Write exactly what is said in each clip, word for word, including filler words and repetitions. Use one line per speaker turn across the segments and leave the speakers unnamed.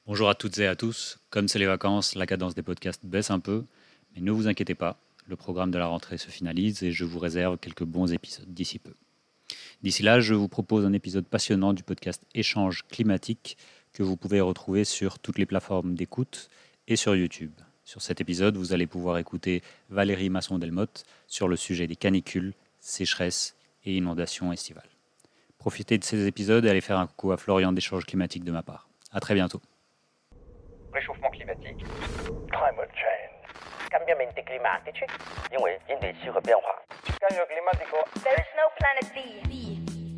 Bonjour à toutes et à tous. Comme c'est les vacances, la cadence des podcasts baisse un peu, mais ne vous inquiétez pas, le programme de la rentrée se finalise et je vous réserve quelques bons épisodes d'ici peu. D'ici là, je vous propose un épisode passionnant du podcast Échange climatique que vous pouvez retrouver sur toutes les plateformes d'écoute et sur YouTube. Sur cet épisode, vous allez pouvoir écouter Valérie Masson-Delmotte sur le sujet des canicules, sécheresses et inondations estivales. Profitez de ces épisodes et allez faire un coucou à Florian d'Échange climatique de ma part. À très bientôt.
Réchauffement climatique. Climate change.
Cambiamenti climatici. 因为应对气候变化。
Cambio climatico.
There is no planet B.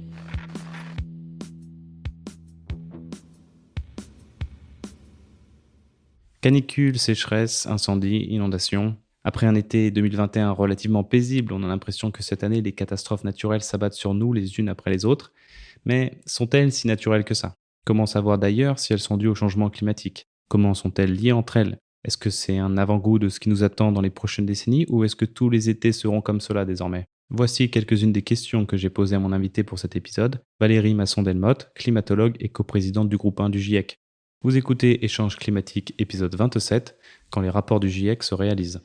Canicule, sécheresse, incendie, inondation. Après un été deux mille vingt et un relativement paisible, on a l'impression que cette année, les catastrophes naturelles s'abattent sur nous les unes après les autres. Mais sont-elles si naturelles que ça ? Comment savoir d'ailleurs si elles sont dues au changement climatique ? Comment sont-elles liées entre elles ? Est-ce que c'est un avant-goût de ce qui nous attend dans les prochaines décennies ou est-ce que tous les étés seront comme cela désormais ? Voici quelques-unes des questions que j'ai posées à mon invité pour cet épisode, Valérie Masson-Delmotte, climatologue et coprésidente du groupe un du GIEC. Vous écoutez Échange climatique épisode vingt-sept, quand les rapports du GIEC se réalisent.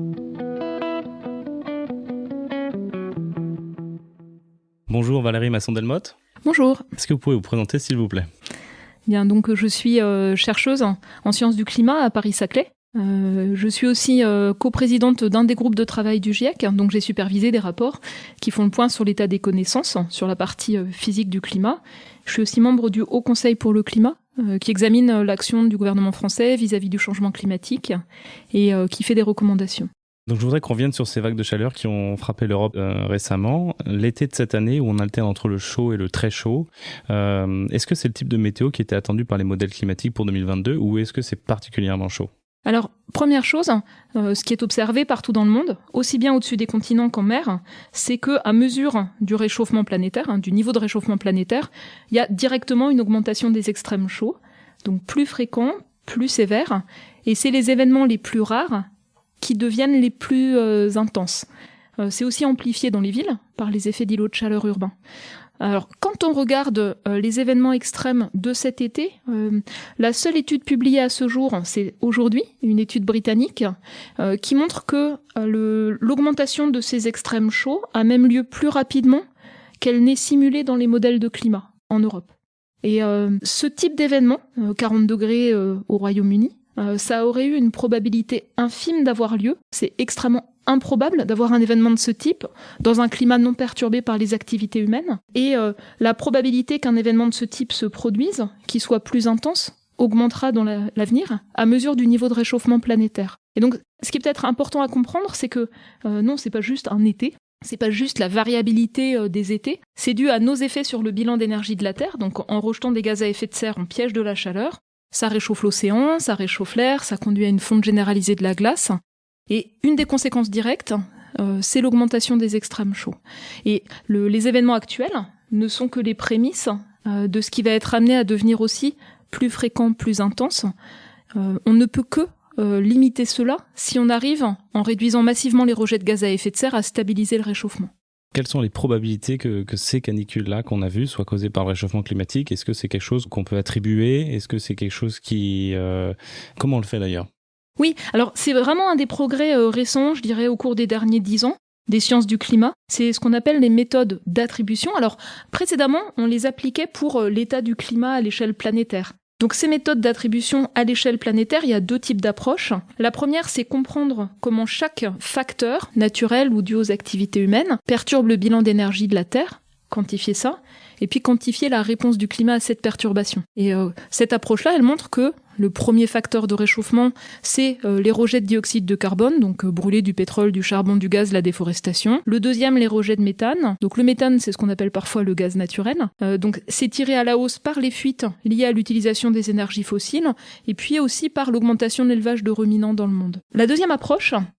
Bonjour Valérie Masson-Delmotte.
Bonjour.
Est-ce que vous pouvez vous présenter s'il vous plaît ?
Bien, donc je suis euh, chercheuse en, en sciences du climat à Paris-Saclay. Euh, je suis aussi euh, coprésidente d'un des groupes de travail du GIEC, donc j'ai supervisé des rapports qui font le point sur l'état des connaissances, sur la partie euh, physique du climat. Je suis aussi membre du Haut Conseil pour le climat, euh, qui examine l'action du gouvernement français vis-à-vis du changement climatique et euh, qui fait des recommandations.
Donc je voudrais qu'on revienne sur ces vagues de chaleur qui ont frappé l'Europe euh, récemment. L'été de cette année où on alterne entre le chaud et le très chaud, euh, est-ce que c'est le type de météo qui était attendu par les modèles climatiques pour deux mille vingt-deux ou est-ce que c'est particulièrement chaud ?
Alors, première chose, euh, ce qui est observé partout dans le monde, aussi bien au-dessus des continents qu'en mer, c'est que à mesure du réchauffement planétaire, hein, du niveau de réchauffement planétaire, il y a directement une augmentation des extrêmes chauds, donc plus fréquents, plus sévères, et c'est les événements les plus rares qui deviennent les plus euh, intenses. Euh, c'est aussi amplifié dans les villes par les effets d'îlots de chaleur urbains. Alors, quand on regarde euh, les événements extrêmes de cet été, euh, la seule étude publiée à ce jour, c'est aujourd'hui, une étude britannique, euh, qui montre que euh, le, l'augmentation de ces extrêmes chauds a même lieu plus rapidement qu'elle n'est simulée dans les modèles de climat en Europe. Et euh, ce type d'événement, euh, quarante degrés euh, au Royaume-Uni, euh, ça aurait eu une probabilité infime d'avoir lieu. C'est extrêmement improbable d'avoir un événement de ce type dans un climat non perturbé par les activités humaines. Et euh, la probabilité qu'un événement de ce type se produise, qui soit plus intense, augmentera dans la, l'avenir à mesure du niveau de réchauffement planétaire. Et donc, ce qui est peut-être important à comprendre, c'est que euh, non, c'est pas juste un été, c'est pas juste la variabilité euh, des étés, c'est dû à nos effets sur le bilan d'énergie de la Terre. Donc, en rejetant des gaz à effet de serre, on piège de la chaleur. Ça réchauffe l'océan, ça réchauffe l'air, ça conduit à une fonte généralisée de la glace. Et une des conséquences directes, euh, c'est l'augmentation des extrêmes chauds. Et le, les événements actuels ne sont que les prémices euh, de ce qui va être amené à devenir aussi plus fréquent, plus intense. Euh, on ne peut que euh, limiter cela si on arrive, en réduisant massivement les rejets de gaz à effet de serre, à stabiliser le réchauffement.
Quelles sont les probabilités que, que ces canicules-là qu'on a vues soient causées par le réchauffement climatique ? Est-ce que c'est quelque chose qu'on peut attribuer ? Est-ce que c'est quelque chose qui... Euh... Comment on le fait d'ailleurs ?
Oui, alors c'est vraiment un des progrès euh, récents, je dirais, au cours des derniers dix ans, des sciences du climat. C'est ce qu'on appelle les méthodes d'attribution. Alors, précédemment, on les appliquait pour euh, l'état du climat à l'échelle planétaire. Donc ces méthodes d'attribution à l'échelle planétaire, il y a deux types d'approches. La première, c'est comprendre comment chaque facteur, naturel ou dû aux activités humaines, perturbe le bilan d'énergie de la Terre, quantifier ça, et puis quantifier la réponse du climat à cette perturbation. Et euh, cette approche-là, elle montre que le premier facteur de réchauffement, c'est euh, les rejets de dioxyde de carbone, donc euh, brûler du pétrole, du charbon, du gaz, la déforestation. Le deuxième, les rejets de méthane. Donc le méthane, c'est ce qu'on appelle parfois le gaz naturel. Euh, donc c'est tiré à la hausse par les fuites liées à l'utilisation des énergies fossiles, et puis aussi par l'augmentation de l'élevage de ruminants dans le monde. La deuxième approche,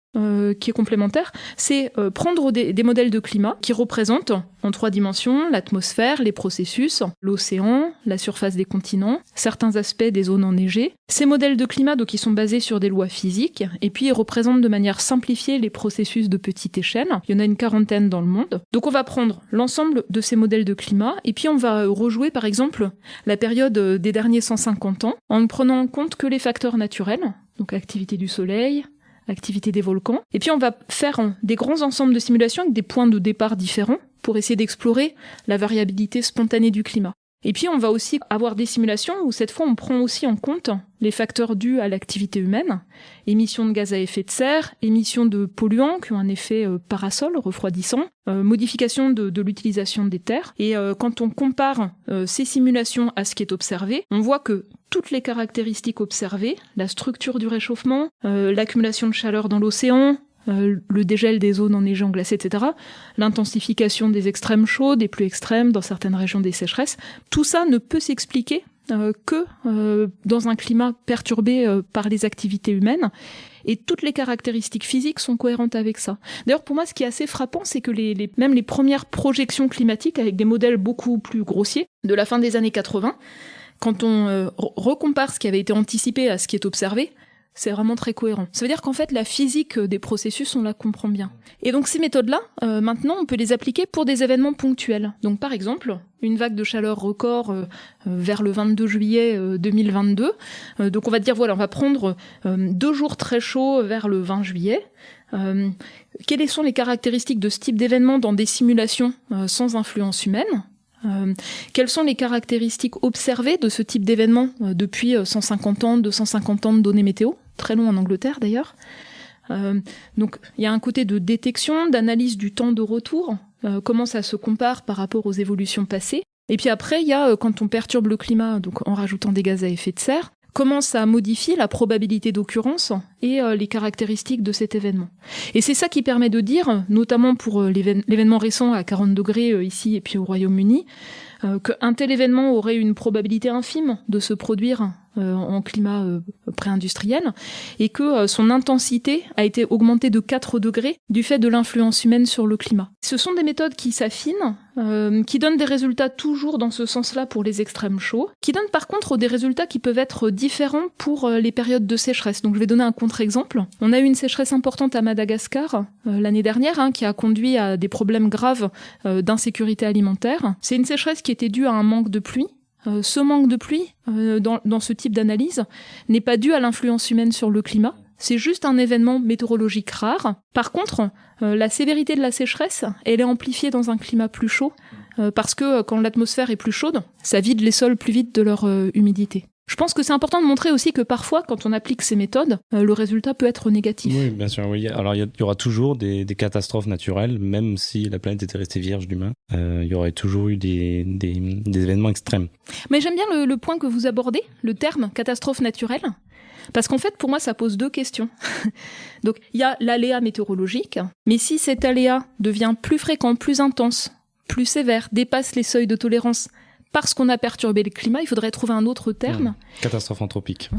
euh, qui est complémentaire, c'est euh, prendre des, des modèles de climat qui représentent en trois dimensions l'atmosphère, les processus, l'océan, la surface des continents, certains aspects des zones enneigées. Ces modèles de climat, donc, ils sont basés sur des lois physiques, et puis ils représentent de manière simplifiée les processus de petite échelle. Il y en a une quarantaine dans le monde. Donc on va prendre l'ensemble de ces modèles de climat, et puis on va rejouer par exemple la période des derniers cent cinquante ans, en ne prenant en compte que les facteurs naturels, donc activité du soleil, activité des volcans. Et puis on va faire des grands ensembles de simulations avec des points de départ différents pour essayer d'explorer la variabilité spontanée du climat. Et puis on va aussi avoir des simulations où cette fois on prend aussi en compte les facteurs dus à l'activité humaine, émissions de gaz à effet de serre, émissions de polluants qui ont un effet euh, parasol, refroidissant, euh, modification de, de l'utilisation des terres. Et euh, quand on compare euh, ces simulations à ce qui est observé, on voit que toutes les caractéristiques observées, la structure du réchauffement, euh, l'accumulation de chaleur dans l'océan, Euh, le dégel des zones enneigées, englacées, et cetera, l'intensification des extrêmes chauds, des pluies extrêmes, dans certaines régions des sécheresses, tout ça ne peut s'expliquer euh, que euh, dans un climat perturbé euh, par les activités humaines, et toutes les caractéristiques physiques sont cohérentes avec ça. D'ailleurs, pour moi, ce qui est assez frappant, c'est que les, les, même les premières projections climatiques, avec des modèles beaucoup plus grossiers, de la fin des années quatre-vingts, quand on euh, recompare ce qui avait été anticipé à ce qui est observé, c'est vraiment très cohérent. Ça veut dire qu'en fait, la physique des processus, on la comprend bien. Et donc ces méthodes-là, euh, maintenant, on peut les appliquer pour des événements ponctuels. Donc par exemple, une vague de chaleur record euh, vers le vingt-deux juillet euh, deux mille vingt-deux. Euh, donc on va dire, voilà, on va prendre euh, deux jours très chauds vers le vingt juillet. Euh, quelles sont les caractéristiques de ce type d'événement dans des simulations euh, sans influence humaine ? Euh, quelles sont les caractéristiques observées de ce type d'événement euh, depuis cent cinquante ans, deux cent cinquante ans de données météo, très long en Angleterre d'ailleurs. Euh, donc il y a un côté de détection, d'analyse du temps de retour, euh, comment ça se compare par rapport aux évolutions passées. Et puis après, il y a euh, quand on perturbe le climat, donc en rajoutant des gaz à effet de serre, comment ça modifie la probabilité d'occurrence et euh, les caractéristiques de cet événement. Et c'est ça qui permet de dire, notamment pour euh, l'éven- l'événement récent à quarante degrés euh, ici et puis au Royaume-Uni, euh, qu'un tel événement aurait une probabilité infime de se produire euh, en climat euh, pré-industriel, et que euh, son intensité a été augmentée de quatre degrés du fait de l'influence humaine sur le climat. Ce sont des méthodes qui s'affinent, euh, qui donnent des résultats toujours dans ce sens-là pour les extrêmes chauds, qui donnent par contre des résultats qui peuvent être différents pour euh, les périodes de sécheresse. Donc je vais donner un contre-exemple. On a eu une sécheresse importante à Madagascar euh, l'année dernière, hein, qui a conduit à des problèmes graves euh, d'insécurité alimentaire. C'est une sécheresse qui était due à un manque de pluie. Euh, ce manque de pluie, euh, dans, dans ce type d'analyse, n'est pas dû à l'influence humaine sur le climat. C'est juste un événement météorologique rare. Par contre, euh, la sévérité de la sécheresse, elle est amplifiée dans un climat plus chaud, euh, parce que euh, quand l'atmosphère est plus chaude, ça vide les sols plus vite de leur euh, humidité. Je pense que c'est important de montrer aussi que parfois, quand on applique ces méthodes, euh, le résultat peut être négatif.
Oui, bien sûr. Oui. Alors, il y, y aura toujours des, des catastrophes naturelles, même si la planète était restée vierge d'humains. Euh, il y aurait toujours eu des, des, des événements extrêmes.
Mais j'aime bien le, le point que vous abordez, le terme catastrophe naturelle, parce qu'en fait, pour moi, ça pose deux questions. Donc, il y a l'aléa météorologique, mais si cet aléa devient plus fréquent, plus intense, plus sévère, dépasse les seuils de tolérance, parce qu'on a perturbé le climat, il faudrait trouver un autre terme.
Mmh. Catastrophe anthropique.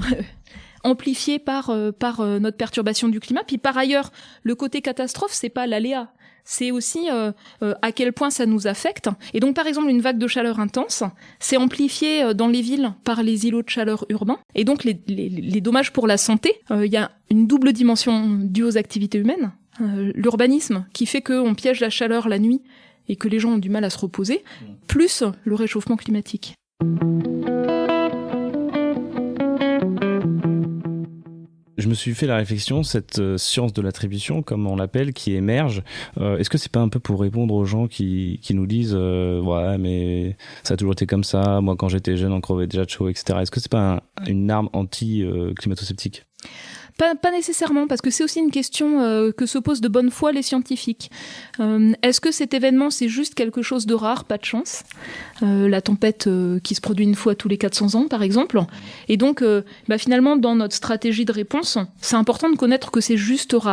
Amplifié par, euh, par euh, notre perturbation du climat. Puis par ailleurs, le côté catastrophe, c'est pas l'aléa. C'est aussi euh, euh, à quel point ça nous affecte. Et donc, par exemple, une vague de chaleur intense, c'est amplifié euh, dans les villes par les îlots de chaleur urbains. Et donc, les, les, les dommages pour la santé, il euh, y a une double dimension due aux activités humaines. Euh, l'urbanisme, qui fait qu'on piège la chaleur la nuit et que les gens ont du mal à se reposer, plus le réchauffement climatique.
Je me suis fait la réflexion, cette euh, science de l'attribution, comme on l'appelle, qui émerge, euh, est-ce que c'est pas un peu pour répondre aux gens qui, qui nous disent euh, « Ouais, mais ça a toujours été comme ça, moi quand j'étais jeune on crevait déjà de chaud, et cetera » Est-ce que c'est pas un, une arme anti-climato-sceptique ?
Pas, pas nécessairement, parce que c'est aussi une question euh, que se posent de bonne foi les scientifiques. Euh, est-ce que cet événement, c'est juste quelque chose de rare, pas de chance ? euh, La tempête euh, qui se produit une fois tous les quatre cents ans, par exemple. Et donc, euh, bah, finalement, dans notre stratégie de réponse, c'est important de connaître que c'est juste rare.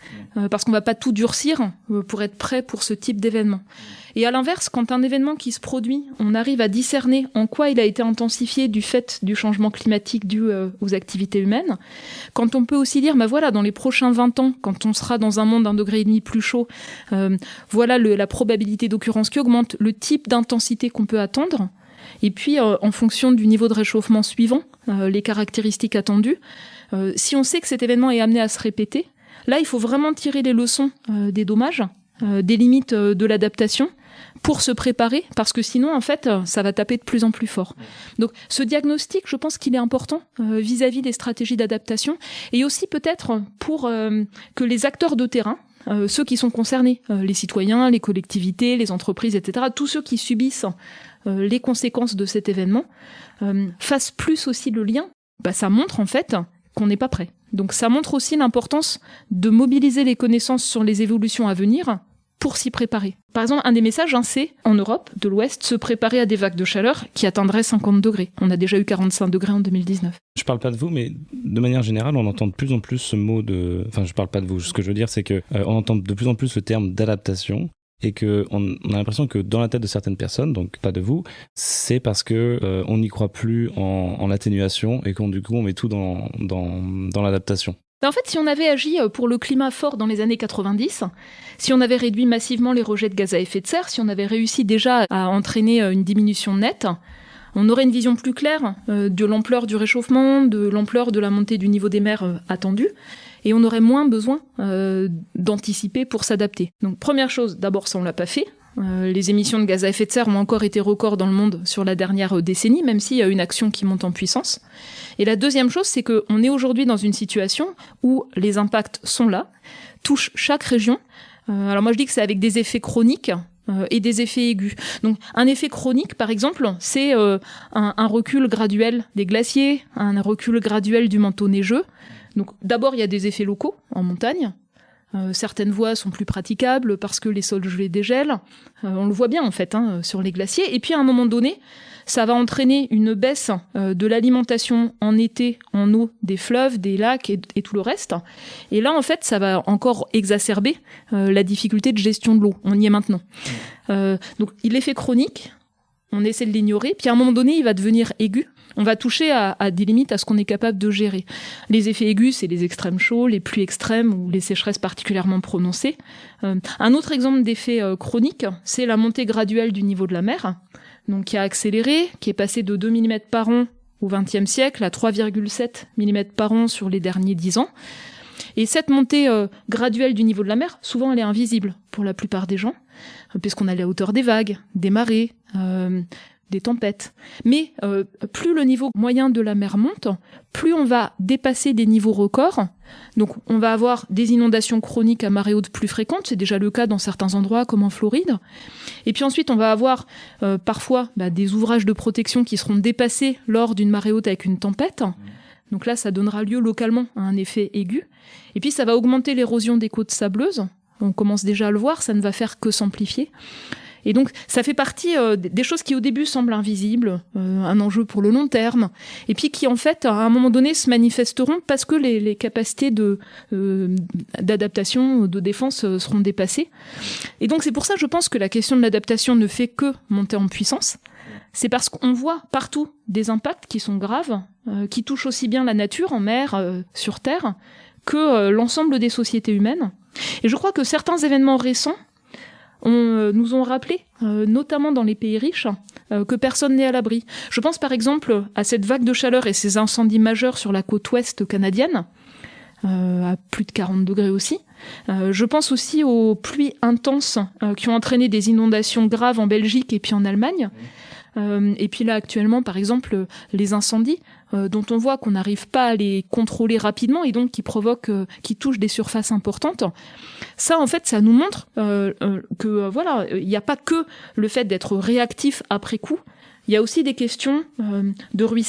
euh, parce qu'on va pas tout durcir euh, pour être prêt pour ce type d'événement. Et à l'inverse, quand un événement qui se produit, on arrive à discerner en quoi il a été intensifié du fait du changement climatique dû euh, aux activités humaines, quand on peut aussi dire, bah voilà, dans les prochains vingt ans, quand on sera dans un monde d'un degré et demi plus chaud, euh, voilà le, la probabilité d'occurrence qui augmente, le type d'intensité qu'on peut attendre, et puis euh, en fonction du niveau de réchauffement suivant, euh, les caractéristiques attendues, euh, si on sait que cet événement est amené à se répéter, là il faut vraiment tirer les leçons euh, des dommages, euh, des limites euh, de l'adaptation, pour se préparer, parce que sinon, en fait, ça va taper de plus en plus fort. Donc, ce diagnostic, je pense qu'il est important euh, vis-à-vis des stratégies d'adaptation, et aussi peut-être pour euh, que les acteurs de terrain, euh, ceux qui sont concernés, euh, les citoyens, les collectivités, les entreprises, et cetera, tous ceux qui subissent euh, les conséquences de cet événement, euh, fassent plus aussi le lien. Bah, ça montre, en fait, qu'on n'est pas prêt. Donc, ça montre aussi l'importance de mobiliser les connaissances sur les évolutions à venir, pour s'y préparer. Par exemple, un des messages, hein, c'est, en Europe de l'Ouest, se préparer à des vagues de chaleur qui atteindraient cinquante degrés. On a déjà eu quarante-cinq degrés en deux mille dix-neuf.
Je parle pas de vous, mais de manière générale, on entend de plus en plus ce mot de... Enfin, je parle pas de vous. Ce que je veux dire, c'est que euh, on entend de plus en plus le terme d'adaptation, et que on, on a l'impression que dans la tête de certaines personnes, donc pas de vous, c'est parce que euh, on n'y croit plus en, en l'atténuation, et qu'on du coup on met tout dans dans dans l'adaptation.
En fait, si on avait agi pour le climat fort dans les années quatre-vingt-dix, si on avait réduit massivement les rejets de gaz à effet de serre, si on avait réussi déjà à entraîner une diminution nette, on aurait une vision plus claire de l'ampleur du réchauffement, de l'ampleur de la montée du niveau des mers attendue, et on aurait moins besoin euh, d'anticiper pour s'adapter. Donc première chose, d'abord ça on l'a pas fait. Euh, les émissions de gaz à effet de serre ont encore été records dans le monde sur la dernière décennie, même s'il y a une action qui monte en puissance. Et la deuxième chose, c'est qu'on est aujourd'hui dans une situation où les impacts sont là, touchent chaque région. Euh, alors moi je dis que c'est avec des effets chroniques euh, et des effets aigus. Donc un effet chronique, par exemple, c'est euh, un, un recul graduel des glaciers, un recul graduel du manteau neigeux. Donc d'abord il y a des effets locaux en montagne. Euh, certaines voies sont plus praticables parce que les sols gelés dégèlent. Euh, on le voit bien en fait hein, sur les glaciers. Et puis à un moment donné, ça va entraîner une baisse euh, de l'alimentation en été en eau des fleuves, des lacs et, et tout le reste. Et là en fait, ça va encore exacerber euh, la difficulté de gestion de l'eau. On y est maintenant. Euh, donc l'effet chronique, on essaie de l'ignorer. Puis à un moment donné, il va devenir aigu. On va toucher à, à des limites à ce qu'on est capable de gérer. Les effets aigus, c'est les extrêmes chauds, les pluies extrêmes ou les sécheresses particulièrement prononcées. Euh, un autre exemple d'effet euh, chronique, c'est la montée graduelle du niveau de la mer, donc qui a accéléré, qui est passé de deux millimètres par an au vingtième siècle à trois virgule sept millimètres par an sur les derniers dix ans. Et cette montée euh, graduelle du niveau de la mer, souvent elle est invisible pour la plupart des gens, euh, puisqu'on est à la hauteur des vagues, des marées, euh, des tempêtes. Mais euh, plus le niveau moyen de la mer monte, plus on va dépasser des niveaux records. Donc on va avoir des inondations chroniques à marée haute plus fréquentes, c'est déjà le cas dans certains endroits comme en Floride. Et puis ensuite on va avoir euh, parfois bah, des ouvrages de protection qui seront dépassés lors d'une marée haute avec une tempête. Donc là ça donnera lieu localement à un effet aigu. Et puis ça va augmenter l'érosion des côtes sableuses. On commence déjà à le voir, ça ne va faire que s'amplifier. Et donc, ça fait partie euh, des choses qui, au début, semblent invisibles, euh, un enjeu pour le long terme, et puis qui, en fait, à un moment donné, se manifesteront parce que les, les capacités de, euh, d'adaptation, de défense euh, seront dépassées. Et donc, c'est pour ça, je pense que la question de l'adaptation ne fait que monter en puissance. C'est parce qu'on voit partout des impacts qui sont graves, euh, qui touchent aussi bien la nature, en mer, euh, sur Terre, que euh, l'ensemble des sociétés humaines. Et je crois que certains événements récents On, euh, nous ont rappelé, euh, notamment dans les pays riches, euh, que personne n'est à l'abri. Je pense par exemple à cette vague de chaleur et ces incendies majeurs sur la côte ouest canadienne, euh, à plus de quarante degrés aussi. Euh, je pense aussi aux pluies intenses euh, qui ont entraîné des inondations graves en Belgique et puis en Allemagne. Euh, et puis là actuellement, par exemple, les incendies euh, dont on voit qu'on n'arrive pas à les contrôler rapidement et donc qui provoquent, euh, qui touchent des surfaces importantes. Ça, en fait, ça nous montre euh, euh, que euh, voilà, il n'y a pas que le fait d'être réactif après coup. Il y a aussi des questions euh, de ruissellement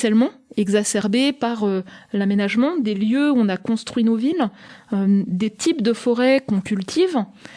exacerbée par euh, l'aménagement des lieux où on a construit nos villes, euh, des types de forêts qu'on cultive,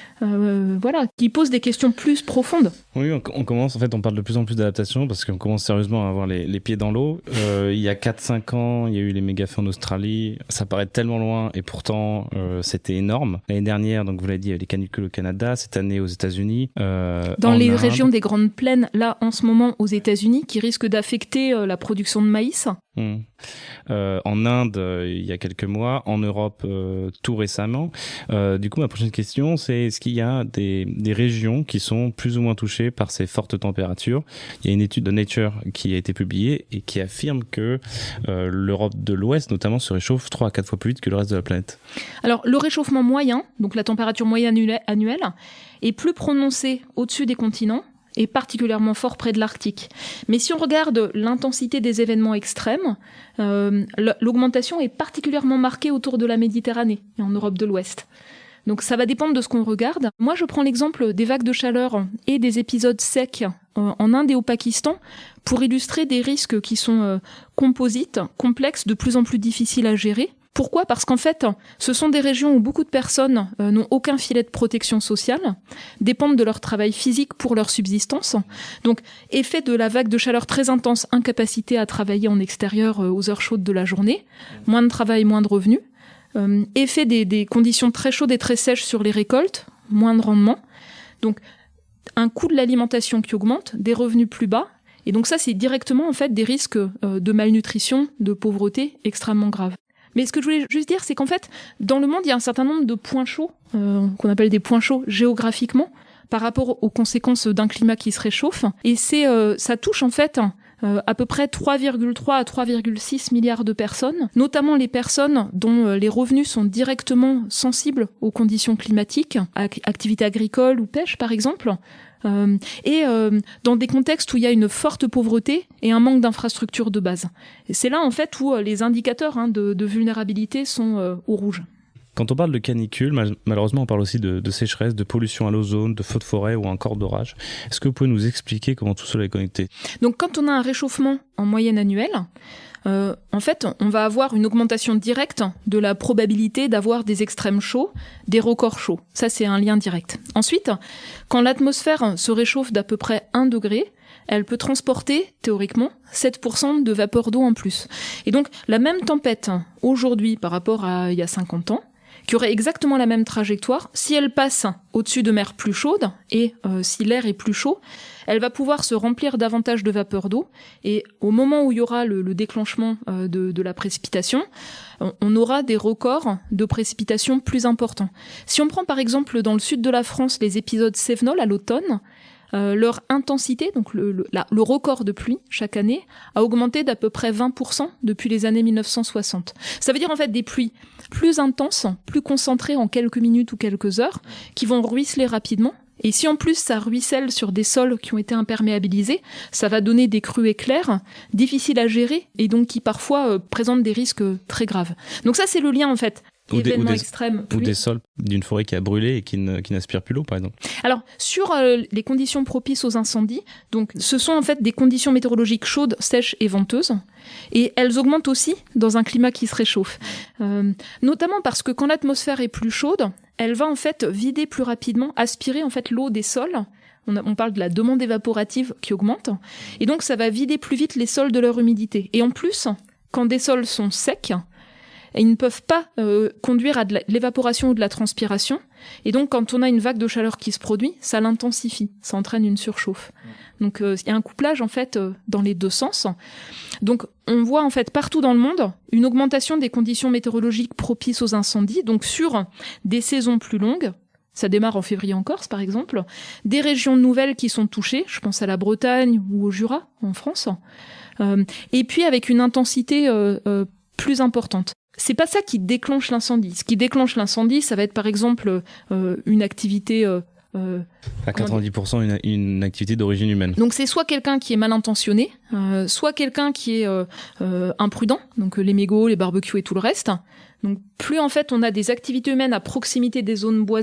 euh, voilà, qui posent des questions plus profondes.
Oui, on, on commence, en fait, on parle de plus en plus d'adaptation parce qu'on commence sérieusement à avoir les, les pieds dans l'eau. Euh, il y a quatre cinq ans, il y a eu les méga-feux en Australie. Ça paraît tellement loin et pourtant, euh, c'était énorme. L'année dernière, donc vous l'avez dit, il y avait les canicules au Canada, cette année aux États-Unis. Euh,
Dans les
Inde.
régions des Grandes Plaines, là, en ce moment, aux États-Unis, qui risquent d'affecter euh, la production de maïs.
Mmh. Euh, en Inde, euh, il y a quelques mois, en Europe, euh, tout récemment. Euh, du coup, ma prochaine question, c'est est-ce qu'il y a des, des régions qui sont plus ou moins touchées par ces fortes températures? Il y a une étude de Nature qui a été publiée et qui affirme que euh, l'Europe de l'Ouest, notamment, se réchauffe trois à quatre fois plus vite que le reste de la planète.
Alors, le réchauffement moyen, donc la température moyenne annuelle, est plus prononcé au-dessus des continents, et particulièrement fort près de l'Arctique. Mais si on regarde l'intensité des événements extrêmes, euh, l'augmentation est particulièrement marquée autour de la Méditerranée et en Europe de l'Ouest. Donc ça va dépendre de ce qu'on regarde. Moi, je prends l'exemple des vagues de chaleur et des épisodes secs euh, en Inde et au Pakistan pour illustrer des risques qui sont euh, composites, complexes, de plus en plus difficiles à gérer. Pourquoi ? Parce qu'en fait, ce sont des régions où beaucoup de personnes euh, n'ont aucun filet de protection sociale, dépendent de leur travail physique pour leur subsistance. Donc, effet de la vague de chaleur très intense, incapacité à travailler en extérieur euh, aux heures chaudes de la journée, moins de travail, moins de revenus. Euh, effet des, des conditions très chaudes et très sèches sur les récoltes, moins de rendement. Donc, un coût de l'alimentation qui augmente, des revenus plus bas. Et donc ça, c'est directement en fait des risques euh, de malnutrition, de pauvreté extrêmement graves. Mais ce que je voulais juste dire, c'est qu'en fait, dans le monde, il y a un certain nombre de points chauds, euh, qu'on appelle des points chauds géographiquement, par rapport aux conséquences d'un climat qui se réchauffe. Et c'est, euh, ça touche en fait euh, à peu près trois virgule trois à trois virgule six milliards de personnes, notamment les personnes dont euh, les revenus sont directement sensibles aux conditions climatiques, ac- activités agricoles ou pêche par exemple. Euh, et euh, dans des contextes où il y a une forte pauvreté et un manque d'infrastructures de base. Et c'est là en fait où euh, les indicateurs hein, de, de vulnérabilité sont euh, au rouge.
Quand on parle de canicule, mal- malheureusement on parle aussi de, de sécheresse, de pollution à l'ozone, de feux de forêt ou encore d'orage. Est-ce que vous pouvez nous expliquer comment tout cela est connecté ?
Donc quand on a un réchauffement en moyenne annuelle, Euh, en fait, on va avoir une augmentation directe de la probabilité d'avoir des extrêmes chauds, des records chauds. Ça, c'est un lien direct. Ensuite, quand l'atmosphère se réchauffe d'à peu près un degré, elle peut transporter, théoriquement, sept pour cent de vapeur d'eau en plus. Et donc, la même tempête, aujourd'hui, par rapport à il y a cinquante ans, qui aurait exactement la même trajectoire, si elle passe au-dessus de mers plus chaudes, et euh, si l'air est plus chaud, elle va pouvoir se remplir davantage de vapeur d'eau, et au moment où il y aura le, le déclenchement euh, de, de la précipitation, on, on aura des records de précipitation plus importants. Si on prend par exemple dans le sud de la France les épisodes cévenols à l'automne, Euh, leur intensité, donc le, le, la, le record de pluie chaque année, a augmenté d'à peu près vingt pour cent depuis les années mille neuf cent soixante. Ça veut dire en fait des pluies plus intenses, plus concentrées en quelques minutes ou quelques heures, qui vont ruisseler rapidement. Et si en plus ça ruisselle sur des sols qui ont été imperméabilisés, ça va donner des crues éclairs, difficiles à gérer, et donc qui parfois euh, présentent des risques très graves. Donc ça c'est le lien en fait.
Ou des, ou, des,
extrêmes,
ou des sols d'une forêt qui a brûlé et qui, ne, qui n'aspire plus l'eau, par exemple.
Alors, sur euh, les conditions propices aux incendies, donc, ce sont en fait des conditions météorologiques chaudes, sèches et venteuses, et elles augmentent aussi dans un climat qui se réchauffe. Euh, notamment parce que quand l'atmosphère est plus chaude, elle va en fait vider plus rapidement, aspirer en fait l'eau des sols. On, a, on parle de la demande évaporative qui augmente, et donc ça va vider plus vite les sols de leur humidité. Et en plus, quand des sols sont secs, et ils ne peuvent pas euh, conduire à de l'évaporation ou de la transpiration. Et donc, quand on a une vague de chaleur qui se produit, ça l'intensifie, ça entraîne une surchauffe. Donc, il euh, y a un couplage, en fait, euh, dans les deux sens. Donc, on voit, en fait, partout dans le monde, une augmentation des conditions météorologiques propices aux incendies, donc sur des saisons plus longues. Ça démarre en février en Corse, par exemple. Des régions nouvelles qui sont touchées, je pense à la Bretagne ou au Jura, en France. Euh, et puis, avec une intensité euh, euh, plus importante. C'est pas ça qui déclenche l'incendie. Ce qui déclenche l'incendie, ça va être par exemple euh, une activité... Euh, euh,
à quatre-vingt-dix pour cent une, une activité d'origine humaine.
Donc c'est soit quelqu'un qui est mal intentionné, euh, soit quelqu'un qui est euh, euh, imprudent, donc les mégots, les barbecues et tout le reste. Donc plus en fait on a des activités humaines à proximité des zones boisées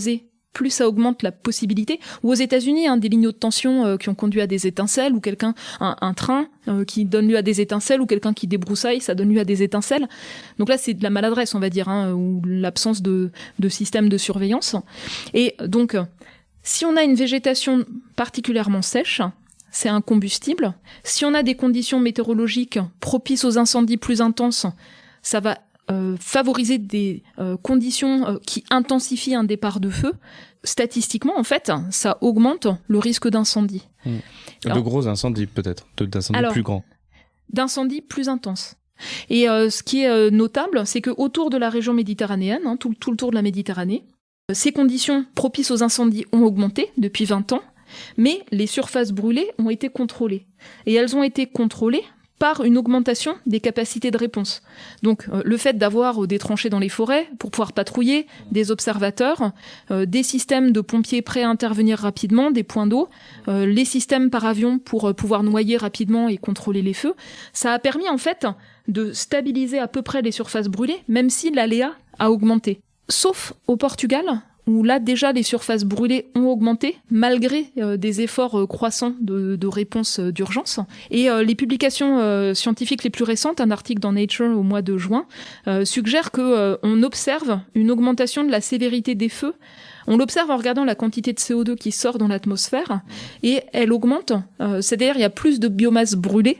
plus ça augmente la possibilité. Ou aux États-Unis, hein, des lignes de tension euh, qui ont conduit à des étincelles, ou quelqu'un, un, un train euh, qui donne lieu à des étincelles, ou quelqu'un qui débroussaille, ça donne lieu à des étincelles. Donc là, c'est de la maladresse, on va dire, hein, ou l'absence de, de système de surveillance. Et donc, si on a une végétation particulièrement sèche, c'est un combustible. Si on a des conditions météorologiques propices aux incendies plus intenses, ça va Euh, favoriser des euh, conditions euh, qui intensifient un départ de feu. Statistiquement, en fait, ça augmente le risque d'incendie.
Mmh.
Alors,
de gros incendies, peut-être, d'incendies
alors,
plus grands.
D'incendies plus intenses. Et euh, ce qui est euh, notable, c'est que autour de la région méditerranéenne, hein, tout, tout le tour de la Méditerranée, euh, ces conditions propices aux incendies ont augmenté depuis vingt ans, mais les surfaces brûlées ont été contrôlées. Et elles ont été contrôlées par une augmentation des capacités de réponse. Donc euh, le fait d'avoir euh, des tranchées dans les forêts pour pouvoir patrouiller, des observateurs, euh, des systèmes de pompiers prêts à intervenir rapidement, des points d'eau, euh, les systèmes par avion pour euh, pouvoir noyer rapidement et contrôler les feux, ça a permis en fait de stabiliser à peu près les surfaces brûlées, même si l'aléa a augmenté. Sauf au Portugal, où là déjà les surfaces brûlées ont augmenté malgré euh, des efforts euh, croissants de, de réponse euh, d'urgence. Et euh, les publications euh, scientifiques les plus récentes, un article dans Nature au mois de juin, euh, suggère que euh, on observe une augmentation de la sévérité des feux. On l'observe en regardant la quantité de C O deux qui sort dans l'atmosphère, et elle augmente. Euh, c'est-à-dire il y a plus de biomasse brûlée,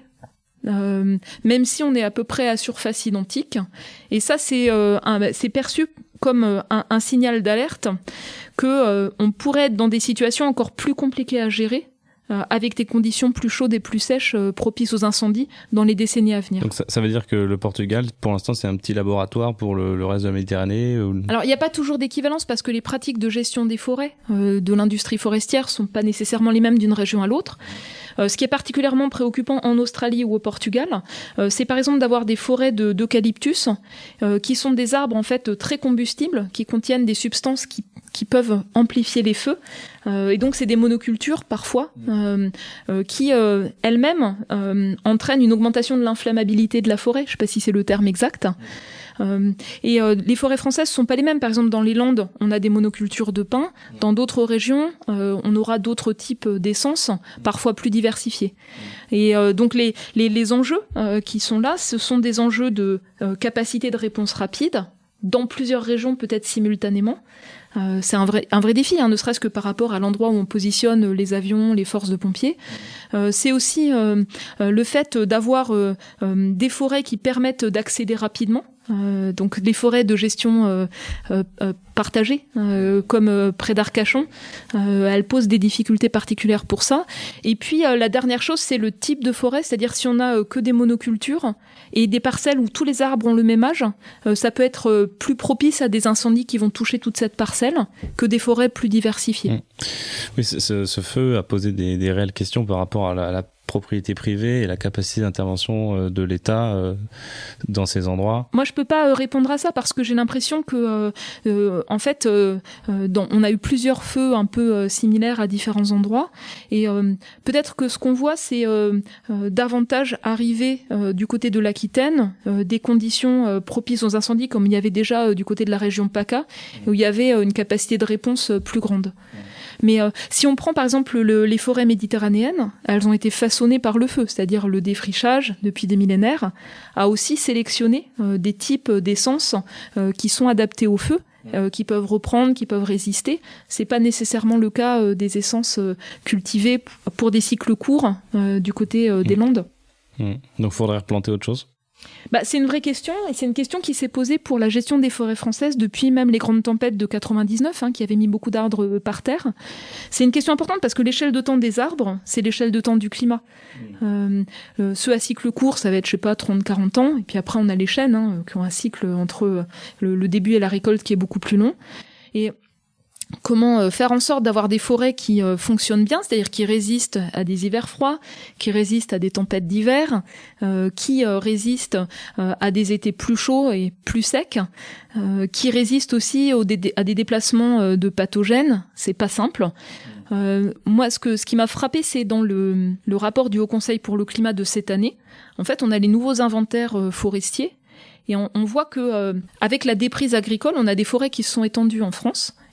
Euh, même si on est à peu près à surface identique. Et ça, c'est, euh, un, c'est perçu comme euh, un, un signal d'alerte que euh, on pourrait être dans des situations encore plus compliquées à gérer, euh, avec des conditions plus chaudes et plus sèches euh, propices aux incendies dans les décennies à venir.
Donc ça, ça veut dire que le Portugal, pour l'instant, c'est un petit laboratoire pour le, le reste de la Méditerranée ou...
Alors, il n'y a pas toujours d'équivalence parce que les pratiques de gestion des forêts, euh, de l'industrie forestière, sont pas nécessairement les mêmes d'une région à l'autre. Euh, ce qui est particulièrement préoccupant en Australie ou au Portugal, euh, c'est par exemple d'avoir des forêts de, d'eucalyptus euh, qui sont des arbres en fait très combustibles, qui contiennent des substances qui, qui peuvent amplifier les feux. Euh, et donc c'est des monocultures parfois euh, euh, qui euh, elles-mêmes euh, entraînent une augmentation de l'inflammabilité de la forêt. Je ne sais pas si c'est le terme exact. Euh, et euh, les forêts françaises sont pas les mêmes. Par exemple, dans les Landes, on a des monocultures de pins. Dans d'autres régions, euh, on aura d'autres types d'essences, parfois plus diversifiées. Et euh, donc les les, les enjeux euh, qui sont là, ce sont des enjeux de euh, capacité de réponse rapide dans plusieurs régions, peut-être simultanément. Euh, c'est un vrai, un vrai défi, hein, ne serait-ce que par rapport à l'endroit où on positionne les avions, les forces de pompiers. Euh, c'est aussi euh, euh, le fait d'avoir euh, euh, des forêts qui permettent d'accéder rapidement. Euh, donc des forêts de gestion euh, euh, euh, partagée, euh, comme euh, près d'Arcachon, euh, elles posent des difficultés particulières pour ça. Et puis euh, la dernière chose, c'est le type de forêt, c'est-à-dire si on a euh, que des monocultures et des parcelles où tous les arbres ont le même âge, euh, ça peut être euh, plus propice à des incendies qui vont toucher toute cette parcelle que des forêts plus diversifiées.
Mmh. Oui, ce, ce feu a posé des, des réelles questions par rapport à la, à la propriété privée et la capacité d'intervention de l'État euh, dans ces endroits.
Moi, je peux pas euh, répondre à ça parce que j'ai l'impression que, euh, euh, en fait, euh, euh, dans, on a eu plusieurs feux un peu euh, similaires à différents endroits, et euh, peut-être que ce qu'on voit, c'est euh, euh, davantage arriver euh, du côté de l'Aquitaine, euh, des conditions euh, propices aux incendies, comme il y avait déjà euh, du côté de la région PACA, où il y avait euh, une capacité de réponse euh, plus grande. Mais euh, si on prend par exemple le, les forêts méditerranéennes, elles ont été façonnées par le feu, c'est-à-dire le défrichage depuis des millénaires a aussi sélectionné euh, des types d'essences euh, qui sont adaptés au feu, euh, qui peuvent reprendre, qui peuvent résister. C'est pas nécessairement le cas euh, des essences euh, cultivées p- pour des cycles courts euh, du côté euh, des Landes.
Mmh. Donc, faudrait replanter autre chose.
Bah, c'est une vraie question, et c'est une question qui s'est posée pour la gestion des forêts françaises depuis même les grandes tempêtes de quatre-vingt-dix-neuf, hein, qui avaient mis beaucoup d'arbres par terre. C'est une question importante parce que l'échelle de temps des arbres, c'est l'échelle de temps du climat. Euh, euh, ceux à cycle court, ça va être, je sais pas, trente à quarante ans, et puis après on a les chênes, hein, qui ont un cycle entre le, le début et la récolte qui est beaucoup plus long. Et comment faire en sorte d'avoir des forêts qui euh, fonctionnent bien, c'est-à-dire qui résistent à des hivers froids, qui résistent à des tempêtes d'hiver, euh, qui euh, résistent euh, à des étés plus chauds et plus secs, euh, qui résistent aussi au dé- à des déplacements euh, de pathogènes. C'est pas simple. Euh, moi, ce que ce qui m'a frappé, c'est dans le, le rapport du Haut Conseil pour le climat de cette année. En fait, on a les nouveaux inventaires euh, forestiers. Et on, on voit que euh, avec la déprise agricole, on a des forêts qui se sont étendues en France.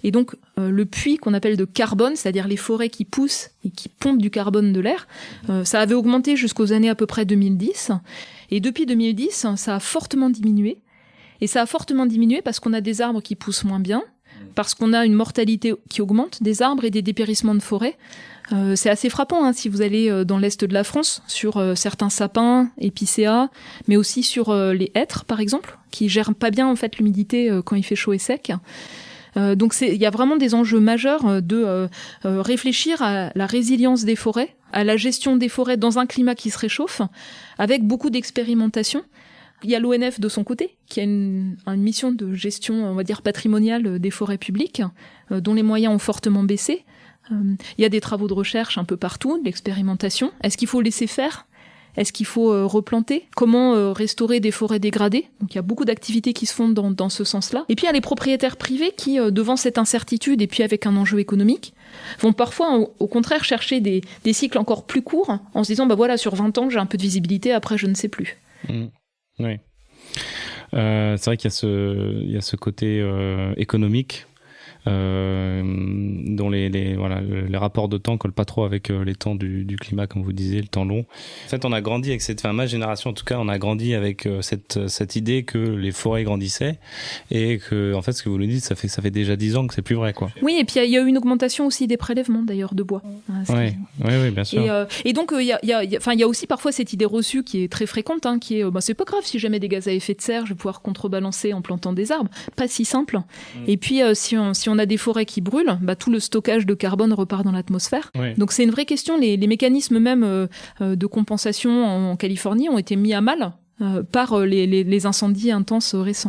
Et donc euh, le puits qu'on appelle de carbone, c'est-à-dire les forêts qui poussent et qui pompent du carbone de l'air, euh, ça avait augmenté jusqu'aux années à peu près deux mille dix. Et depuis deux mille dix, ça a fortement diminué. Et ça a fortement diminué parce qu'on a des arbres qui poussent moins bien, parce qu'on a une mortalité qui augmente des arbres et des dépérissements de forêts. Euh, c'est assez frappant hein, si vous allez euh, dans l'est de la France, sur euh, certains sapins, épicéas, mais aussi sur euh, les hêtres, par exemple, qui gèrent pas bien en fait l'humidité euh, quand il fait chaud et sec. Euh, donc il y a vraiment des enjeux majeurs euh, de euh, euh, réfléchir à la résilience des forêts, à la gestion des forêts dans un climat qui se réchauffe, avec beaucoup d'expérimentation. Il y a l'O N F de son côté, qui a une, une mission de gestion, on va dire, patrimoniale des forêts publiques, euh, dont les moyens ont fortement baissé. Euh, il y a des travaux de recherche un peu partout, de l'expérimentation. Est-ce qu'il faut laisser faire ? Est-ce qu'il faut euh, replanter ? Comment euh, restaurer des forêts dégradées ? Donc il y a beaucoup d'activités qui se font dans, dans ce sens-là. Et puis il y a les propriétaires privés qui, euh, devant cette incertitude et puis avec un enjeu économique, vont parfois au, au contraire chercher des, des cycles encore plus courts en se disant bah voilà, sur vingt ans j'ai un peu de visibilité, après je ne sais plus.
Mmh. Oui. Euh, c'est vrai qu'il y a ce, il y a ce côté euh, économique euh, dont les, les, voilà, les rapports de temps collent pas trop avec euh, les temps du, du climat, comme vous disiez, le temps long. En fait, on a grandi avec cette, enfin, ma génération en tout cas, on a grandi avec euh, cette, cette idée que les forêts grandissaient et que, en fait, ce que vous nous dites, ça fait, ça fait déjà dix ans que c'est plus vrai, quoi.
Oui, et puis il y, y a eu une augmentation aussi des prélèvements d'ailleurs de bois.
Oui, oui, oui, bien sûr.
Et, euh, et donc, il euh, y, a, y, a, y, a, y a aussi parfois cette idée reçue qui est très fréquente, hein, qui est, euh, bah, c'est pas grave si j'émets des gaz à effet de serre, je vais pouvoir contrebalancer en plantant des arbres. Pas si simple. Mmh. Et puis, euh, si, on, si on a des forêts qui brûlent, bah, tout le stockage de carbone repart dans l'atmosphère. Oui. Donc c'est une vraie question. Les, les mécanismes même euh, de compensation en, en Californie ont été mis à mal euh, par les, les, les incendies intenses récents.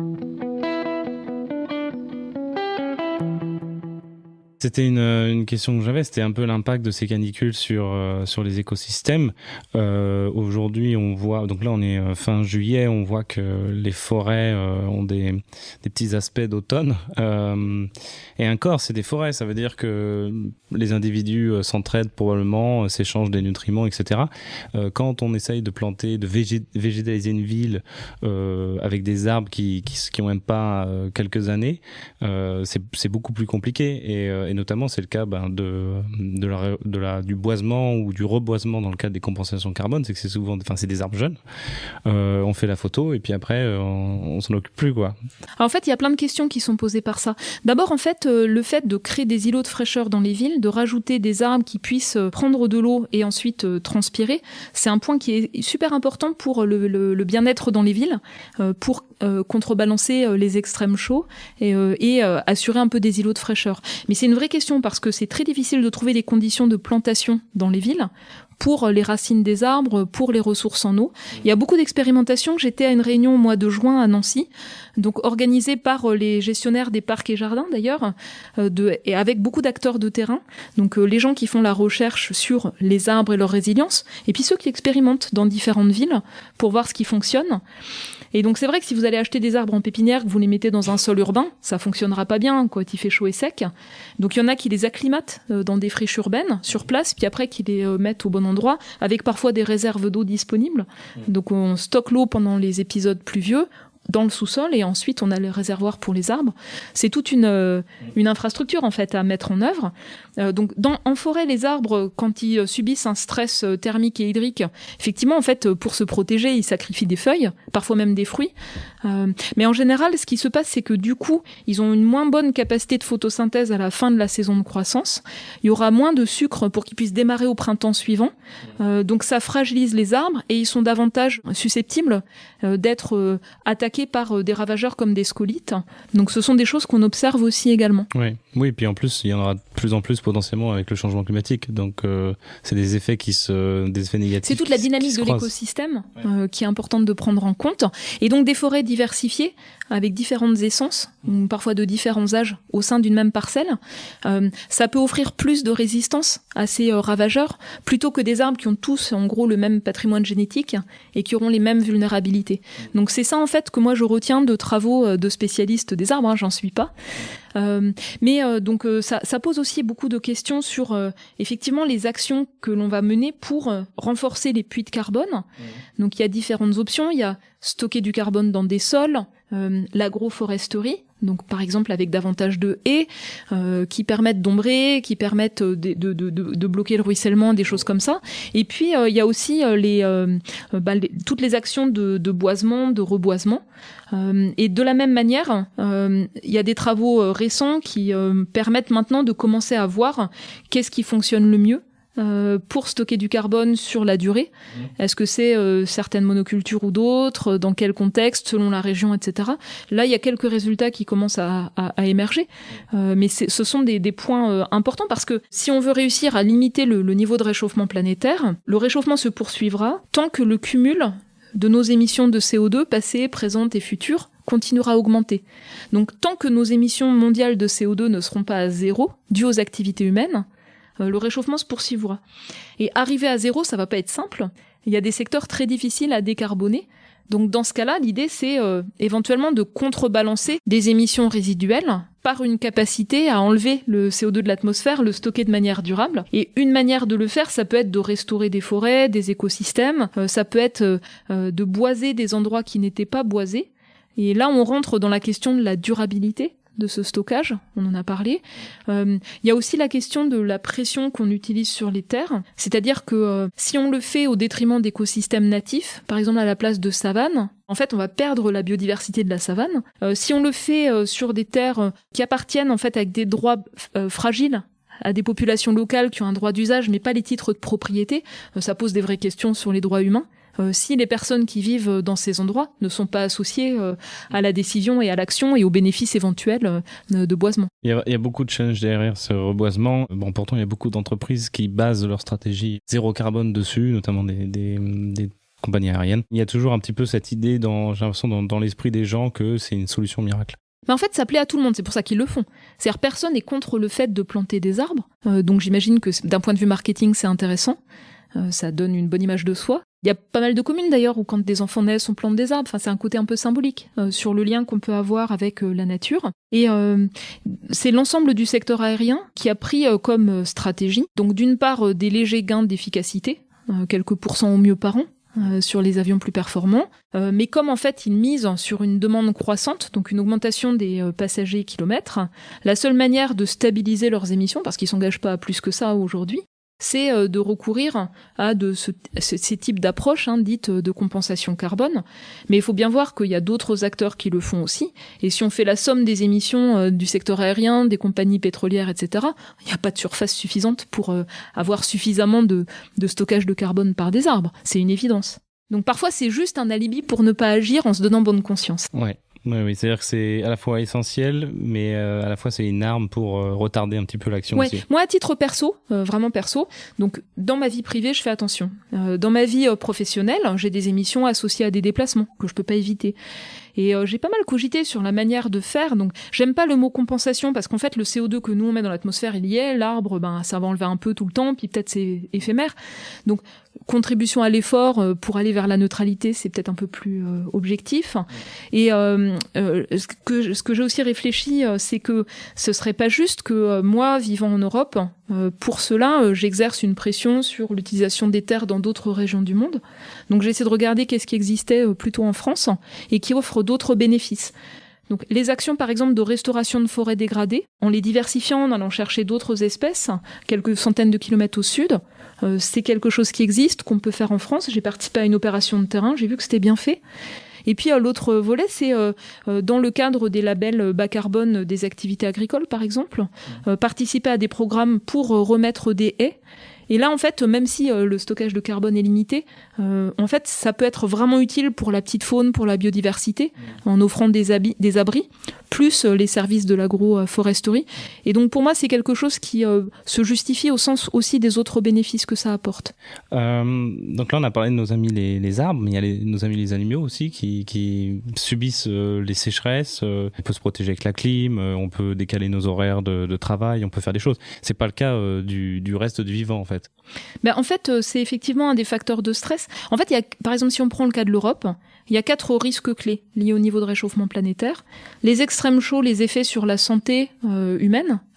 C'était une, une question que j'avais, c'était un peu l'impact de ces canicules sur, euh, sur les écosystèmes. Euh, aujourd'hui, on voit, donc là on est fin juillet, on voit que les forêts euh, ont des, des petits aspects d'automne. Euh, et encore, c'est des forêts, ça veut dire que les individus euh, s'entraident probablement, euh, s'échangent des nutriments, et cetera. Euh, quand on essaye de planter, de végé- végétaliser une ville euh, avec des arbres qui, qui, qui ont même pas euh, quelques années, euh, c'est, c'est beaucoup plus compliqué. Et, euh, Et notamment, c'est le cas ben, de, de la, de la, du boisement ou du reboisement dans le cadre des compensations carbone. C'est que c'est souvent, enfin, c'est des arbres jeunes. Euh, on fait la photo et puis après, on, on s'en occupe plus, quoi.
Alors, en fait, il y a plein de questions qui sont posées par ça. D'abord, en fait, euh, le fait de créer des îlots de fraîcheur dans les villes, de rajouter des arbres qui puissent prendre de l'eau et ensuite euh, transpirer, c'est un point qui est super important pour le, le, le bien-être dans les villes, euh, pour euh, contrebalancer euh, les extrêmes chauds et, euh, et euh, assurer un peu des îlots de fraîcheur. Mais c'est une vraie question parce que c'est très difficile de trouver des conditions de plantation dans les villes pour les racines des arbres, pour les ressources en eau. Il y a beaucoup d'expérimentations. J'étais à une réunion au mois de juin à Nancy, donc organisée par les gestionnaires des parcs et jardins d'ailleurs, euh, de, et avec beaucoup d'acteurs de terrain. Donc euh, les gens qui font la recherche sur les arbres et leur résilience, et puis ceux qui expérimentent dans différentes villes pour voir ce qui fonctionne. Et donc c'est vrai que si vous allez acheter des arbres en pépinière, que vous les mettez dans un sol urbain, ça fonctionnera pas bien quand il fait chaud et sec. Donc il y en a qui les acclimatent dans des friches urbaines sur place, puis après qui les mettent au bon endroit, avec parfois des réserves d'eau disponibles. Donc on stocke l'eau pendant les épisodes pluvieux dans le sous-sol et ensuite on a le réservoir pour les arbres. C'est toute une euh, une infrastructure en fait à mettre en œuvre. Euh, donc dans en forêt, les arbres quand ils subissent un stress thermique et hydrique, effectivement en fait pour se protéger, ils sacrifient des feuilles, parfois même des fruits. Euh, mais en général, ce qui se passe, c'est que du coup, ils ont une moins bonne capacité de photosynthèse à la fin de la saison de croissance. Il y aura moins de sucre pour qu'ils puissent démarrer au printemps suivant. Euh, donc ça fragilise les arbres et ils sont davantage susceptibles euh, d'être euh, attaqués par des ravageurs comme des scolites. Donc ce sont des choses qu'on observe aussi également.
Oui, oui, et puis en plus, il y en aura de plus en plus potentiellement avec le changement climatique. Donc euh, c'est des effets qui se, des effets négatifs.
C'est toute la dynamique de l'écosystème ouais. euh, qui est importante de prendre en compte. Et donc des forêts diversifiées avec différentes essences, ou parfois de différents âges au sein d'une même parcelle, euh, ça peut offrir plus de résistance à ces euh, ravageurs plutôt que des arbres qui ont tous en gros le même patrimoine génétique et qui auront les mêmes vulnérabilités. Donc c'est ça en fait que moi je retiens de travaux de spécialistes des arbres, hein, j'en suis pas. Euh, mais euh, donc euh, ça, ça pose aussi beaucoup de questions sur euh, effectivement les actions que l'on va mener pour euh, renforcer les puits de carbone. Mmh. Donc il y a différentes options, il y a stocker du carbone dans des sols, euh, l'agroforesterie, donc par exemple avec davantage de haies euh, qui permettent d'ombrer, qui permettent de, de, de, de bloquer le ruissellement, des choses comme ça. Et puis euh, il y a aussi euh, les, euh, bah, les, toutes les actions de, de boisement, de reboisement. Euh, et de la même manière, euh, il y a des travaux euh, récents qui euh, permettent maintenant de commencer à voir qu'est-ce qui fonctionne le mieux Euh, pour stocker du carbone sur la durée. Mmh. Est-ce que c'est euh, certaines monocultures ou d'autres, dans quel contexte, selon la région, et cetera. Là, il y a quelques résultats qui commencent à, à, à émerger, euh, mais c'est, ce sont des, des points euh, importants parce que si on veut réussir à limiter le, le niveau de réchauffement planétaire, le réchauffement se poursuivra tant que le cumul de nos émissions de C O deux passées, présentes et futures continuera à augmenter. Donc, tant que nos émissions mondiales de C O deux ne seront pas à zéro, dues aux activités humaines, le réchauffement se poursuivra. Et arriver à zéro, ça va pas être simple. Il y a des secteurs très difficiles à décarboner. Donc dans ce cas-là, l'idée c'est euh, éventuellement de contrebalancer des émissions résiduelles par une capacité à enlever le C O deux de l'atmosphère, le stocker de manière durable. Et une manière de le faire, ça peut être de restaurer des forêts, des écosystèmes, euh, ça peut être euh, de boiser des endroits qui n'étaient pas boisés. Et là, on rentre dans la question de la durabilité de ce stockage, on en a parlé. Euh, il y a aussi la question de la pression qu'on utilise sur les terres, c'est-à-dire que euh, si on le fait au détriment d'écosystèmes natifs, par exemple à la place de savanes, en fait on va perdre la biodiversité de la savane. Euh, si on le fait euh, sur des terres euh, qui appartiennent en fait avec des droits euh, fragiles à des populations locales qui ont un droit d'usage mais pas les titres de propriété, euh, ça pose des vraies questions sur les droits humains. Euh, si les personnes qui vivent dans ces endroits ne sont pas associées euh, à la décision et à l'action et aux bénéfices éventuels euh, de boisement.
Il y, a, il y a beaucoup de challenges derrière ce reboisement. Bon, pourtant, il y a beaucoup d'entreprises qui basent leur stratégie zéro carbone dessus, notamment des, des, des compagnies aériennes. Il y a toujours un petit peu cette idée, dans, j'ai l'impression, dans, dans l'esprit des gens que c'est une solution miracle.
Mais en fait, ça plaît à tout le monde, c'est pour ça qu'ils le font. C'est-à-dire, personne n'est contre le fait de planter des arbres. Euh, donc j'imagine que d'un point de vue marketing, c'est intéressant. Euh, ça donne une bonne image de soi. Il y a pas mal de communes d'ailleurs où quand des enfants naissent, on plante des arbres. Enfin, c'est un côté un peu symbolique euh, sur le lien qu'on peut avoir avec euh, la nature. Et euh, c'est l'ensemble du secteur aérien qui a pris euh, comme stratégie, donc d'une part euh, des légers gains d'efficacité, euh, quelques pourcents au mieux par an, euh, sur les avions plus performants. Euh, mais comme en fait ils misent sur une demande croissante, donc une augmentation des euh, passagers et kilomètres, la seule manière de stabiliser leurs émissions, parce qu'ils s'engagent pas à plus que ça aujourd'hui, c'est de recourir à de ce, ces types d'approches hein, dites de compensation carbone. Mais il faut bien voir qu'il y a d'autres acteurs qui le font aussi. Et si on fait la somme des émissions euh, du secteur aérien, des compagnies pétrolières, et cetera, il n'y a pas de surface suffisante pour euh, avoir suffisamment de, de stockage de carbone par des arbres. C'est une évidence. Donc parfois, c'est juste un alibi pour ne pas agir en se donnant bonne conscience.
Ouais. Oui, oui, c'est-à-dire que c'est à la fois essentiel, mais euh, à la fois c'est une arme pour euh, retarder un petit peu l'action
ouais.
aussi.
Moi, à titre perso, euh, vraiment perso, donc dans ma vie privée, je fais attention. Euh, dans ma vie euh, professionnelle, j'ai des émissions associées à des déplacements que je peux pas éviter. Et euh, j'ai pas mal cogité sur la manière de faire. Donc, j'aime pas le mot compensation parce qu'en fait, le C O deux que nous on met dans l'atmosphère, il y est. L'arbre, ben, ça va enlever un peu tout le temps, puis peut-être c'est éphémère. Donc, contribution à l'effort euh, pour aller vers la neutralité, c'est peut-être un peu plus euh, objectif. Et euh, euh, ce que ce que j'ai aussi réfléchi, euh, c'est que ce serait pas juste que euh, moi, vivant en Europe, euh, pour cela, euh, j'exerce une pression sur l'utilisation des terres dans d'autres régions du monde. Donc, j'ai essayé de regarder qu'est-ce qui existait euh, plutôt en France et qui offre d'autres bénéfices. Donc, les actions, par exemple, de restauration de forêts dégradées, en les diversifiant, en allant chercher d'autres espèces, quelques centaines de kilomètres au sud, euh, c'est quelque chose qui existe, qu'on peut faire en France. J'ai participé à une opération de terrain, j'ai vu que c'était bien fait. Et puis, euh, l'autre volet, c'est euh, euh, dans le cadre des labels bas carbone des activités agricoles, par exemple, euh, participer à des programmes pour euh, remettre des haies. Et là, en fait, même si euh, le stockage de carbone est limité, euh, en fait, ça peut être vraiment utile pour la petite faune, pour la biodiversité, mmh. en offrant des, habits, des abris, plus euh, les services de l'agroforesterie. Et donc, pour moi, c'est quelque chose qui euh, se justifie au sens aussi des autres bénéfices que ça apporte.
Euh, donc là, on a parlé de nos amis les, les arbres, mais il y a les, nos amis les animaux aussi qui, qui subissent euh, les sécheresses. Euh, on peut se protéger avec la clim, euh, on peut décaler nos horaires de, de travail, on peut faire des choses. C'est pas le cas euh, du, du reste du vivant, en fait.
Ben, en fait, c'est effectivement un des facteurs de stress. En fait, il y a, par exemple, si on prend le cas de l'Europe, il y a quatre risques clés liés au niveau de réchauffement planétaire. Les extrêmes chauds, les effets sur la santé euh, humaine,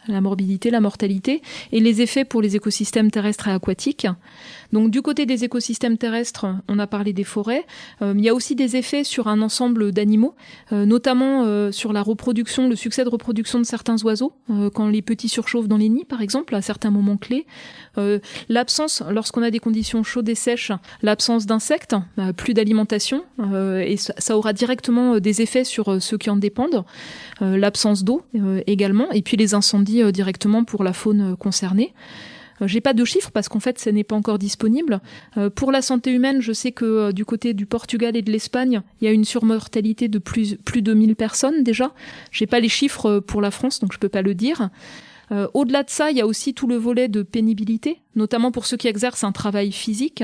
la morbidité, la mortalité, et les effets pour les écosystèmes terrestres et aquatiques. Donc du côté des écosystèmes terrestres, on a parlé des forêts. Euh, il y a aussi des effets sur un ensemble d'animaux, euh, notamment euh, sur la reproduction, le succès de reproduction de certains oiseaux, euh, quand les petits surchauffent dans les nids, par exemple, à certains moments clés. Euh, l'absence, lorsqu'on a des conditions chaudes et sèches, l'absence d'insectes, euh, plus d'alimentation, euh, et ça, ça aura directement des effets sur euh, ceux qui en dépendent. Euh, l'absence d'eau euh, également, et puis les incendies euh, directement pour la faune euh, concernée. Euh, j'ai pas de chiffres parce qu'en fait, ça n'est pas encore disponible. Euh, pour la santé humaine, je sais que euh, du côté du Portugal et de l'Espagne, il y a une surmortalité de plus, plus de mille personnes déjà. J'ai pas les chiffres pour la France, donc je peux pas le dire. Euh, au-delà de ça, il y a aussi tout le volet de pénibilité, notamment pour ceux qui exercent un travail physique.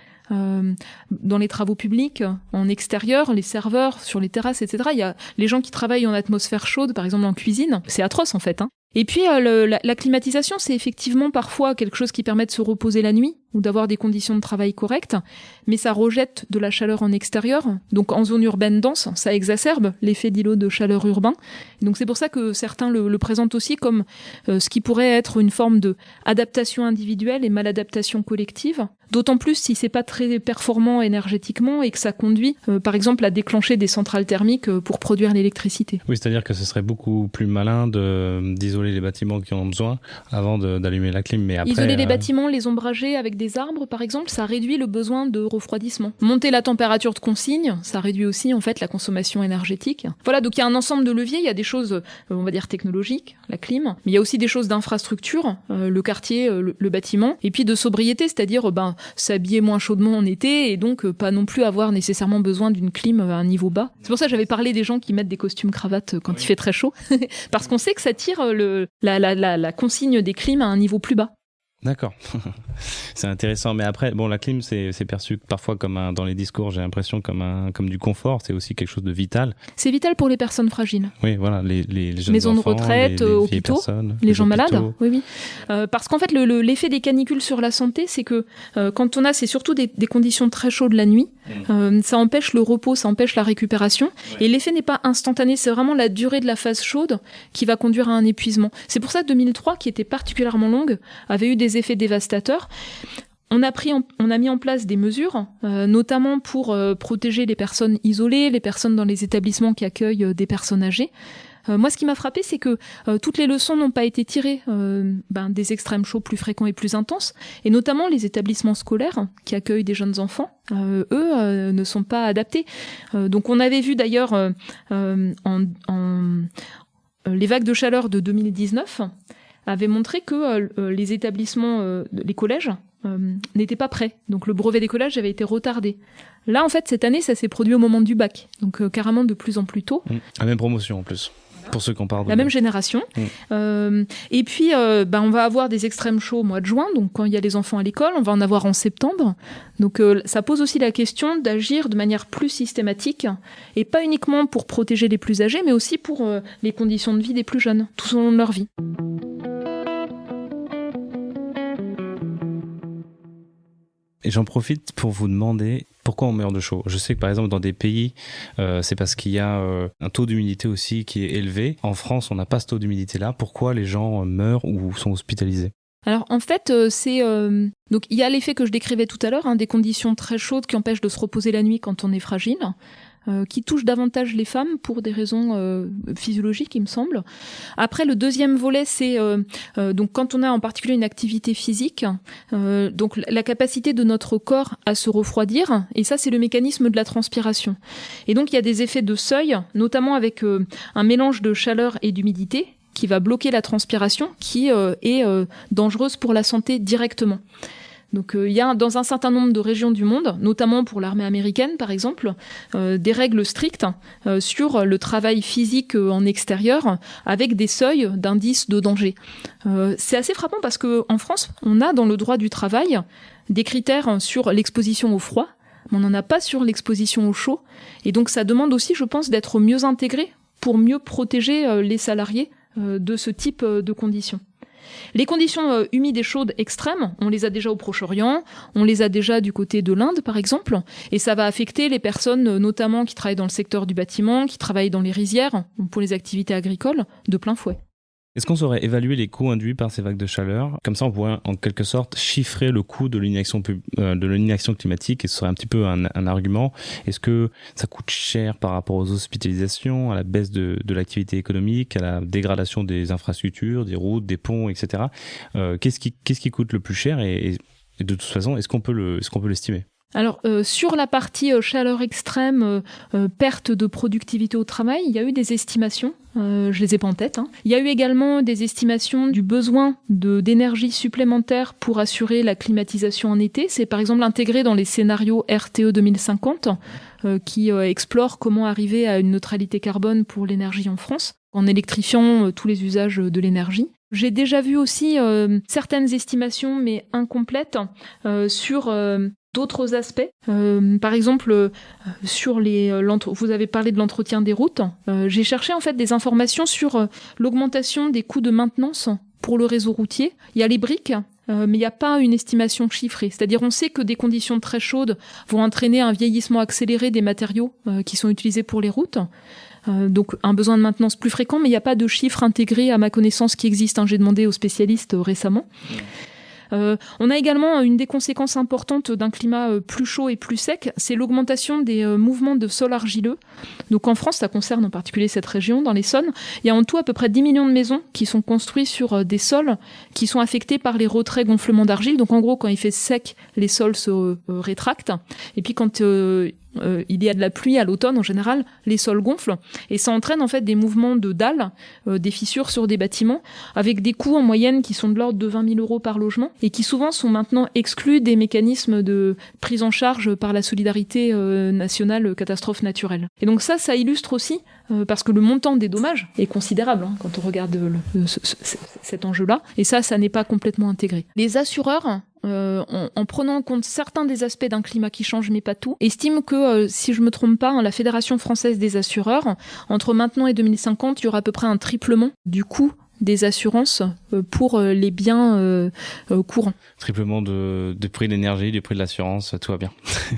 Euh, dans les travaux publics, en extérieur, les serveurs, sur les terrasses, et cetera. Il y a les gens qui travaillent en atmosphère chaude, par exemple en cuisine. C'est atroce en fait. Hein. Et puis euh, le, la, la climatisation, c'est effectivement parfois quelque chose qui permet de se reposer la nuit ou d'avoir des conditions de travail correctes, mais ça rejette de la chaleur en extérieur. Donc en zone urbaine dense, ça exacerbe l'effet d'îlot de chaleur urbain. Et donc c'est pour ça que certains le, le présentent aussi comme euh, ce qui pourrait être une forme de adaptation individuelle et maladaptation collective. D'autant plus si c'est pas très performant énergétiquement et que ça conduit, euh, par exemple, à déclencher des centrales thermiques euh, pour produire l'électricité.
Oui, c'est-à-dire que ce serait beaucoup plus malin de, d'isoler les bâtiments qui en ont besoin avant de, d'allumer la clim. Mais après,
isoler les
euh...
bâtiments, les ombrager avec des arbres, par exemple, ça réduit le besoin de refroidissement. Monter la température de consigne, ça réduit aussi en fait la consommation énergétique. Voilà, donc il y a un ensemble de leviers. Il y a des choses, euh, on va dire technologiques, la clim, mais il y a aussi des choses d'infrastructure, euh, le quartier, euh, le, le bâtiment, et puis de sobriété, c'est-à-dire euh, ben s'habiller moins chaudement en été et donc euh, pas non plus avoir nécessairement besoin d'une clim à un niveau bas. C'est pour ça que j'avais parlé des gens qui mettent des costumes cravates quand oui. il fait très chaud, parce qu'on sait que ça tire le, la, la, la, la consigne des clims à un niveau plus bas.
D'accord, c'est intéressant. Mais après, bon, la clim, c'est, c'est perçu parfois comme un, dans les discours, j'ai l'impression comme un, comme du confort. C'est aussi quelque chose de vital.
C'est vital pour les personnes fragiles.
Oui, voilà, les, les, les jeunes
maisons
enfants,
de retraite,
les, les
hôpitaux,
personnes,
les, les gens
hôpitaux.
malades. Oui, oui. Euh, parce qu'en fait, le, le, l'effet des canicules sur la santé, c'est que euh, quand on a, c'est surtout des, des conditions très chaudes la nuit. Mmh. Euh, ça empêche le repos, ça empêche la récupération. Ouais. Et l'effet n'est pas instantané. C'est vraiment la durée de la phase chaude qui va conduire à un épuisement. C'est pour ça que deux mille trois, qui était particulièrement longue, avait eu des effets dévastateurs. On a, pris en, on a mis en place des mesures, euh, notamment pour euh, protéger les personnes isolées, les personnes dans les établissements qui accueillent euh, des personnes âgées. Euh, moi, ce qui m'a frappé, c'est que euh, toutes les leçons n'ont pas été tirées euh, ben, des extrêmes chauds plus fréquents et plus intenses, et notamment les établissements scolaires qui accueillent des jeunes enfants, euh, eux, euh, ne sont pas adaptés. Euh, donc, on avait vu d'ailleurs euh, euh, en, en, euh, les vagues de chaleur de deux mille dix-neuf avait montré que euh, les établissements, euh, les collèges, euh, n'étaient pas prêts. Donc le brevet des collèges avait été retardé. Là, en fait, cette année, ça s'est produit au moment du bac. Donc euh, carrément de plus en plus tôt.
Mmh. La même promotion en plus. Pour ceux qui en parlent.
La même génération. Mmh. Euh, et puis, euh, bah, on va avoir des extrêmes chauds au mois de juin, donc quand il y a les enfants à l'école, on va en avoir en septembre. Donc euh, ça pose aussi la question d'agir de manière plus systématique, et pas uniquement pour protéger les plus âgés, mais aussi pour euh, les conditions de vie des plus jeunes, tout au long de leur vie.
Et j'en profite pour vous demander pourquoi on meurt de chaud. Je sais que par exemple dans des pays, euh, c'est parce qu'il y a euh, un taux d'humidité aussi qui est élevé. En France, on n'a pas ce taux d'humidité-là. Pourquoi les gens meurent ou sont hospitalisés ?
Alors en fait, euh, c'est euh... donc il y a l'effet que je décrivais tout à l'heure, hein, des conditions très chaudes qui empêchent de se reposer la nuit quand on est fragile. Euh, qui touche davantage les femmes pour des raisons euh, physiologiques, il me semble. Après, le deuxième volet, c'est euh, euh, donc quand on a en particulier une activité physique, euh, donc la capacité de notre corps à se refroidir, et ça, c'est le mécanisme de la transpiration. Et donc, il y a des effets de seuil, notamment avec euh, un mélange de chaleur et d'humidité qui va bloquer la transpiration, qui euh, est euh, dangereuse pour la santé directement. Donc il euh, y a dans un certain nombre de régions du monde, notamment pour l'armée américaine par exemple, euh, des règles strictes euh, sur le travail physique euh, en extérieur avec des seuils d'indices de danger. Euh, c'est assez frappant parce qu'en France, on a dans le droit du travail des critères sur l'exposition au froid, mais on n'en a pas sur l'exposition au chaud. Et donc ça demande aussi, je pense, d'être mieux intégré pour mieux protéger euh, les salariés euh, de ce type euh, de conditions. Les conditions euh, humides et chaudes extrêmes, on les a déjà au Proche-Orient, on les a déjà du côté de l'Inde par exemple, et ça va affecter les personnes euh, notamment qui travaillent dans le secteur du bâtiment, qui travaillent dans les rizières, pour les activités agricoles, de plein fouet.
Est-ce qu'on saurait évaluer les coûts induits par ces vagues de chaleur ? Comme ça, on pourrait en quelque sorte chiffrer le coût de l'inaction, pub- euh, de l'inaction climatique et ce serait un petit peu un, un argument. Est-ce que ça coûte cher par rapport aux hospitalisations, à la baisse de, de l'activité économique, à la dégradation des infrastructures, des routes, des ponts, et cetera. Euh, qu'est-ce qui, qu'est-ce qui coûte le plus cher et, et de toute façon, est-ce qu'on peut le, est-ce qu'on peut l'estimer ?
Alors, euh, sur la partie euh, chaleur extrême, euh, euh, perte de productivité au travail, il y a eu des estimations, euh, je les ai pas en tête. Hein. Il y a eu également des estimations du besoin de, d'énergie supplémentaire pour assurer la climatisation en été. C'est par exemple intégré dans les scénarios R T E deux mille cinquante, euh, qui euh, explorent comment arriver à une neutralité carbone pour l'énergie en France, en électrifiant euh, tous les usages de l'énergie. J'ai déjà vu aussi euh, certaines estimations, mais incomplètes, euh, sur... Euh, d'autres aspects. Euh, par exemple, euh, sur les, euh, vous avez parlé de l'entretien des routes. Euh, j'ai cherché en fait des informations sur euh, l'augmentation des coûts de maintenance pour le réseau routier. Il y a les briques, euh, mais il n'y a pas une estimation chiffrée. C'est-à-dire, on sait que des conditions très chaudes vont entraîner un vieillissement accéléré des matériaux euh, qui sont utilisés pour les routes. Euh, donc un besoin de maintenance plus fréquent, mais il n'y a pas de chiffre intégré à ma connaissance qui existe. Hein. J'ai demandé aux spécialistes euh, récemment. Euh, on a également une des conséquences importantes d'un climat euh, plus chaud et plus sec, c'est l'augmentation des euh, mouvements de sol argileux. Donc en France, ça concerne en particulier cette région, dans l'Essonne. Il y a en tout à peu près dix millions de maisons qui sont construites sur euh, des sols qui sont affectés par les retraits gonflements d'argile. Donc en gros, quand il fait sec, les sols se euh, rétractent. Et puis quand euh, Euh, il y a de la pluie à l'automne en général, les sols gonflent et ça entraîne en fait des mouvements de dalles, euh, des fissures sur des bâtiments avec des coûts en moyenne qui sont de l'ordre de vingt mille euros par logement et qui souvent sont maintenant exclus des mécanismes de prise en charge par la solidarité euh, nationale catastrophe naturelle. Et donc ça, ça illustre aussi euh, parce que le montant des dommages est considérable hein, quand on regarde le, le, ce, ce, cet enjeu-là et ça, ça n'est pas complètement intégré. Les assureurs Euh, en, en prenant en compte certains des aspects d'un climat qui change, mais pas tout, estime que, euh, si je me trompe pas, hein, la Fédération française des assureurs, entre maintenant et deux mille cinquante, il y aura à peu près un triplement du coût des assurances euh, pour euh, les biens euh, euh, courants.
Triplement de, de prix de l'énergie, du prix de l'assurance, tout va bien.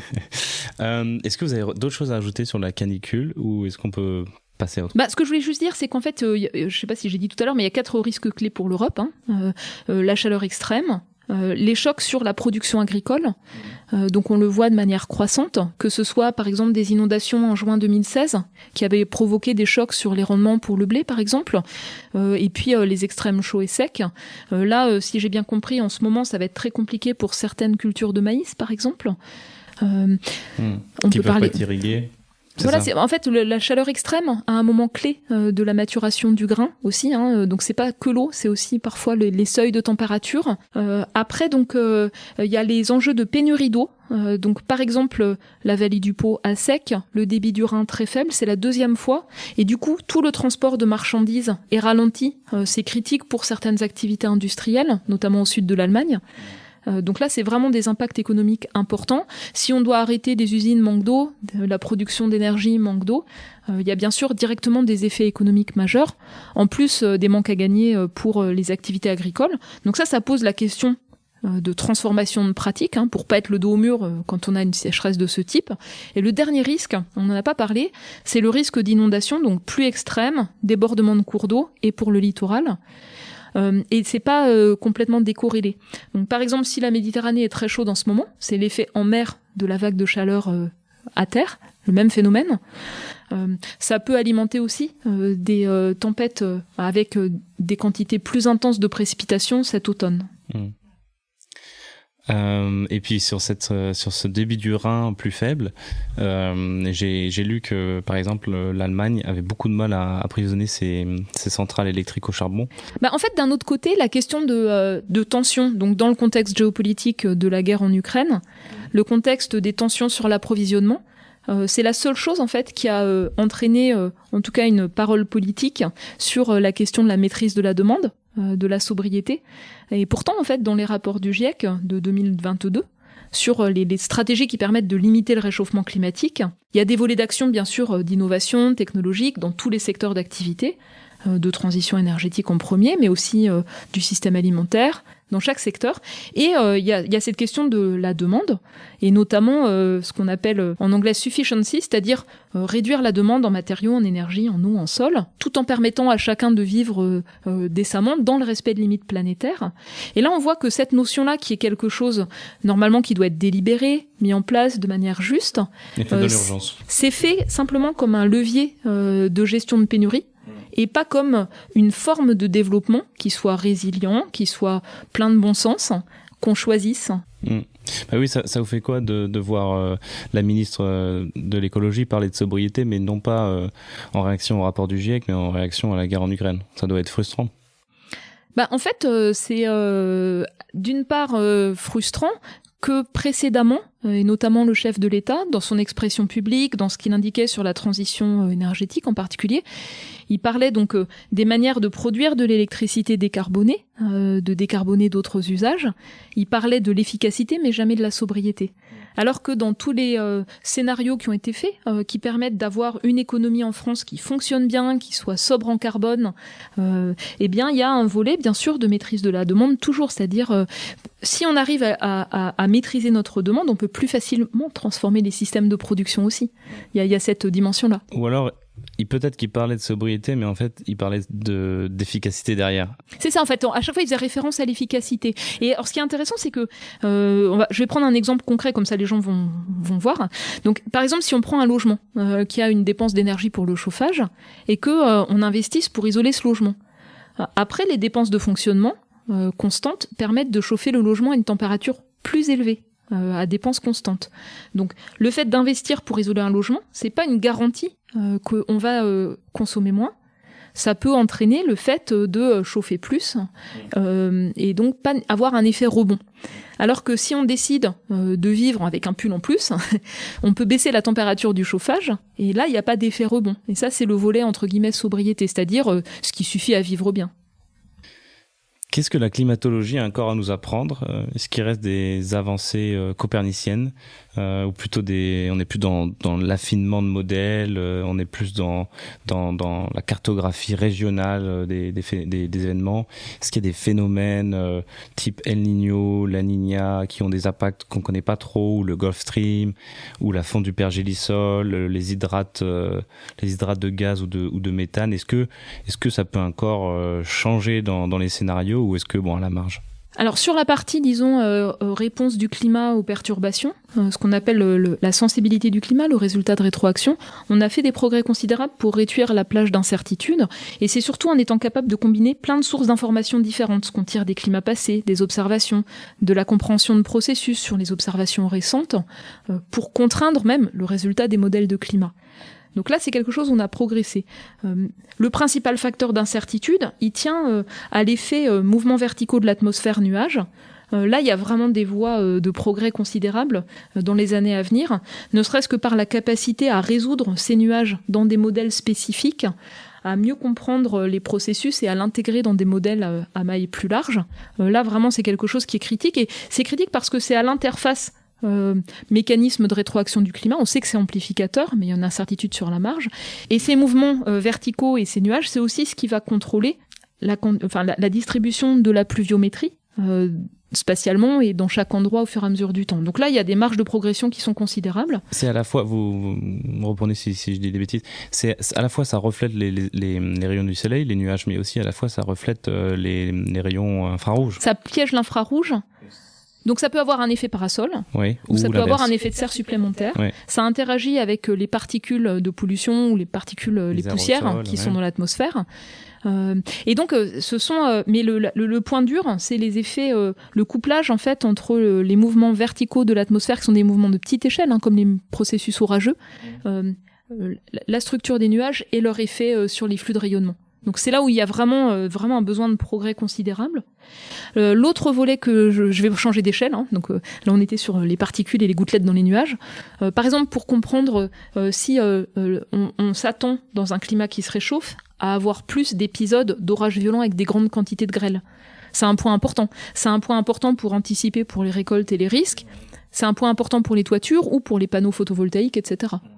euh, est-ce que vous avez d'autres choses à ajouter sur la canicule ou est-ce qu'on peut... passer à autre...
Bah, ce que je voulais juste dire, c'est qu'en fait, euh, y a, je sais pas si j'ai dit tout à l'heure, mais il y a quatre risques clés pour l'Europe. Hein. Euh, euh, la chaleur extrême, Euh, les chocs sur la production agricole, euh, donc on le voit de manière croissante, que ce soit par exemple des inondations en juin deux mille seize qui avaient provoqué des chocs sur les rendements pour le blé par exemple, euh, et puis euh, les extrêmes chauds et secs. Euh, là, euh, si j'ai bien compris, en ce moment, ça va être très compliqué pour certaines cultures de maïs par exemple. Euh,
mmh.
On
qui
peut
peuvent
parler.
pas être irrigués. C'est
voilà,
c'est,
en fait, le, la chaleur extrême a un moment clé euh, de la maturation du grain aussi. Hein, donc c'est pas que l'eau, c'est aussi parfois le, les seuils de température. Euh, après, donc il euh, y a les enjeux de pénurie d'eau. Euh, donc par exemple, la vallée du Pô à sec, le débit du Rhin très faible, c'est la deuxième fois. Et du coup, tout le transport de marchandises est ralenti. Euh, c'est critique pour certaines activités industrielles, notamment au sud de l'Allemagne. Euh, donc là, c'est vraiment des impacts économiques importants. Si on doit arrêter des usines manque d'eau, de la production d'énergie manque d'eau, euh, il y a bien sûr directement des effets économiques majeurs, en plus euh, des manques à gagner euh, pour euh, les activités agricoles. Donc ça, ça pose la question euh, de transformation de pratiques, hein, pour pas être le dos au mur euh, quand on a une sécheresse de ce type. Et le dernier risque, on n'en a pas parlé, c'est le risque d'inondation, donc plus extrême, débordement de cours d'eau, et pour le littoral. Euh, et c'est pas euh, complètement décorrélé. Donc, par exemple, si la Méditerranée est très chaude en ce moment, c'est l'effet en mer de la vague de chaleur euh, à terre, le même phénomène. Euh, ça peut alimenter aussi euh, des euh, tempêtes euh, avec euh, des quantités plus intenses de précipitations cet automne.
Mmh. Euh, et puis sur cette euh, sur ce débit du Rhin plus faible, euh, j'ai j'ai lu que par exemple l'Allemagne avait beaucoup de mal à approvisionner ses ses centrales électriques au charbon.
Bah en fait, d'un autre côté, la question de euh, de tension, donc dans le contexte géopolitique de la guerre en Ukraine, le contexte des tensions sur l'approvisionnement, euh, c'est la seule chose en fait qui a euh, entraîné euh, en tout cas une parole politique sur euh, la question de la maîtrise de la demande, euh, de la sobriété. Et pourtant, en fait, dans les rapports du GIEC de deux mille vingt-deux, sur les, les stratégies qui permettent de limiter le réchauffement climatique, il y a des volets d'action, bien sûr, d'innovation technologique dans tous les secteurs d'activité, euh, de transition énergétique en premier, mais aussi euh, du système alimentaire, dans chaque secteur. Et il euh, y, a, y a cette question de la demande, et notamment euh, ce qu'on appelle euh, en anglais sufficiency, c'est-à-dire euh, réduire la demande en matériaux, en énergie, en eau, en sol, tout en permettant à chacun de vivre euh, euh, décemment dans le respect de limites planétaires. Et là, on voit que cette notion-là, qui est quelque chose normalement qui doit être délibéré, mis en place de manière juste,
Effet de l'urgence.
C'est fait simplement comme un levier euh, de gestion de pénurie, et pas comme une forme de développement qui soit résilient, qui soit plein de bon sens, qu'on choisisse.
Mmh. Bah oui, ça, ça vous fait quoi de, de voir euh, la ministre euh, de l'écologie parler de sobriété, mais non pas euh, en réaction au rapport du GIEC, mais en réaction à la guerre en Ukraine? Ça doit être frustrant.
Bah, en fait, euh, c'est euh, d'une part euh, frustrant que précédemment, et notamment le chef de l'État, dans son expression publique, dans ce qu'il indiquait sur la transition énergétique en particulier, il parlait donc euh, des manières de produire de l'électricité décarbonée, euh, de décarboner d'autres usages. Il parlait de l'efficacité, mais jamais de la sobriété. Alors que dans tous les euh, scénarios qui ont été faits, euh, qui permettent d'avoir une économie en France qui fonctionne bien, qui soit sobre en carbone, euh, eh bien, il y a un volet, bien sûr, de maîtrise de la demande toujours. C'est-à-dire, euh, si on arrive à, à, à maîtriser notre demande, on peut plus facilement transformer les systèmes de production aussi. Il y a, il y a cette dimension-là.
Ou alors, il peut-être qu'il parlait de sobriété, mais en fait, il parlait de, d'efficacité derrière.
C'est ça, en fait. À chaque fois, il faisait référence à l'efficacité. Et alors, ce qui est intéressant, c'est que, euh, on va, je vais prendre un exemple concret, comme ça les gens vont, vont voir. Donc, par exemple, si on prend un logement euh, qui a une dépense d'énergie pour le chauffage et que euh, on investisse pour isoler ce logement. Après, les dépenses de fonctionnement euh, constantes permettent de chauffer le logement à une température plus élevée. Euh, à dépenses constantes. Donc, le fait d'investir pour isoler un logement, c'est pas une garantie euh, qu'on va euh, consommer moins. Ça peut entraîner le fait de chauffer plus euh, et donc pas avoir un effet rebond. Alors que si on décide euh, de vivre avec un pull en plus, on peut baisser la température du chauffage et là, il n'y a pas d'effet rebond. Et ça, c'est le volet entre guillemets sobriété, c'est-à-dire euh, ce qui suffit à vivre bien.
Qu'est-ce que la climatologie a encore à nous apprendre ? Est-ce qu'il reste des avancées euh, coperniciennes euh, ou plutôt des, on n'est plus dans, dans l'affinement de modèles, euh, on est plus dans, dans, dans la cartographie régionale des, des, des, des événements. Est-ce qu'il y a des phénomènes euh, type El Niño, La Niña qui ont des impacts qu'on connaît pas trop, ou le Gulf Stream, ou la fonte du pergélisol, les hydrates, euh, les hydrates de gaz ou de, ou de méthane. Est-ce que, est-ce que ça peut encore euh, changer dans, dans les scénarios, ou est-ce que, bon, à la marge ?
Alors sur la partie, disons, euh, réponse du climat aux perturbations, euh, ce qu'on appelle le, le, la sensibilité du climat, le résultat de rétroaction, on a fait des progrès considérables pour réduire la plage d'incertitude, et c'est surtout en étant capable de combiner plein de sources d'informations différentes, ce qu'on tire des climats passés, des observations, de la compréhension de processus sur les observations récentes, euh, pour contraindre même le résultat des modèles de climat. Donc là, c'est quelque chose où on a progressé. Euh, le principal facteur d'incertitude, il tient euh, à l'effet euh, mouvements verticaux de l'atmosphère nuage. Euh, là, il y a vraiment des voies euh, de progrès considérables euh, dans les années à venir, ne serait-ce que par la capacité à résoudre ces nuages dans des modèles spécifiques, à mieux comprendre les processus et à l'intégrer dans des modèles à maille plus large. Euh, là, vraiment, c'est quelque chose qui est critique. Et c'est critique parce que c'est à l'interface Euh, mécanisme de rétroaction du climat. On sait que c'est amplificateur, mais il y a une incertitude sur la marge. Et ces mouvements euh, verticaux et ces nuages, c'est aussi ce qui va contrôler la, con- enfin, la, la distribution de la pluviométrie euh, spatialement et dans chaque endroit au fur et à mesure du temps. Donc là, il y a des marges de progression qui sont considérables.
C'est à la fois, vous, vous reprenez si, si je dis des bêtises, c'est à la fois ça reflète les, les, les, les rayons du soleil, les nuages, mais aussi à la fois ça reflète euh, les, les rayons infrarouges.
Ça piège l'infrarouge. Donc ça peut avoir un effet parasol,
oui,
ou, ou ça peut
l'inverse.
avoir un effet de serre supplémentaire.
Oui.
Ça interagit avec les particules de pollution ou les particules, les, les poussières sol, qui ouais. sont dans l'atmosphère. Euh, et donc, ce sont, euh, mais le, le, le point dur, c'est les effets, euh, le couplage en fait entre le, les mouvements verticaux de l'atmosphère, qui sont des mouvements de petite échelle, hein, comme les processus orageux, euh, la structure des nuages et leur effet euh, sur les flux de rayonnement. Donc c'est là où il y a vraiment, euh, vraiment un besoin de progrès considérable. Euh, l'autre volet que je, je vais changer d'échelle, hein, donc euh, là on était sur les particules et les gouttelettes dans les nuages. Euh, par exemple, pour comprendre euh, si euh, euh, on, on s'attend dans un climat qui se réchauffe à avoir plus d'épisodes d'orages violents avec des grandes quantités de grêle. C'est un point important. C'est un point important pour anticiper pour les récoltes et les risques. C'est un point important pour les toitures ou pour les panneaux photovoltaïques, et cetera.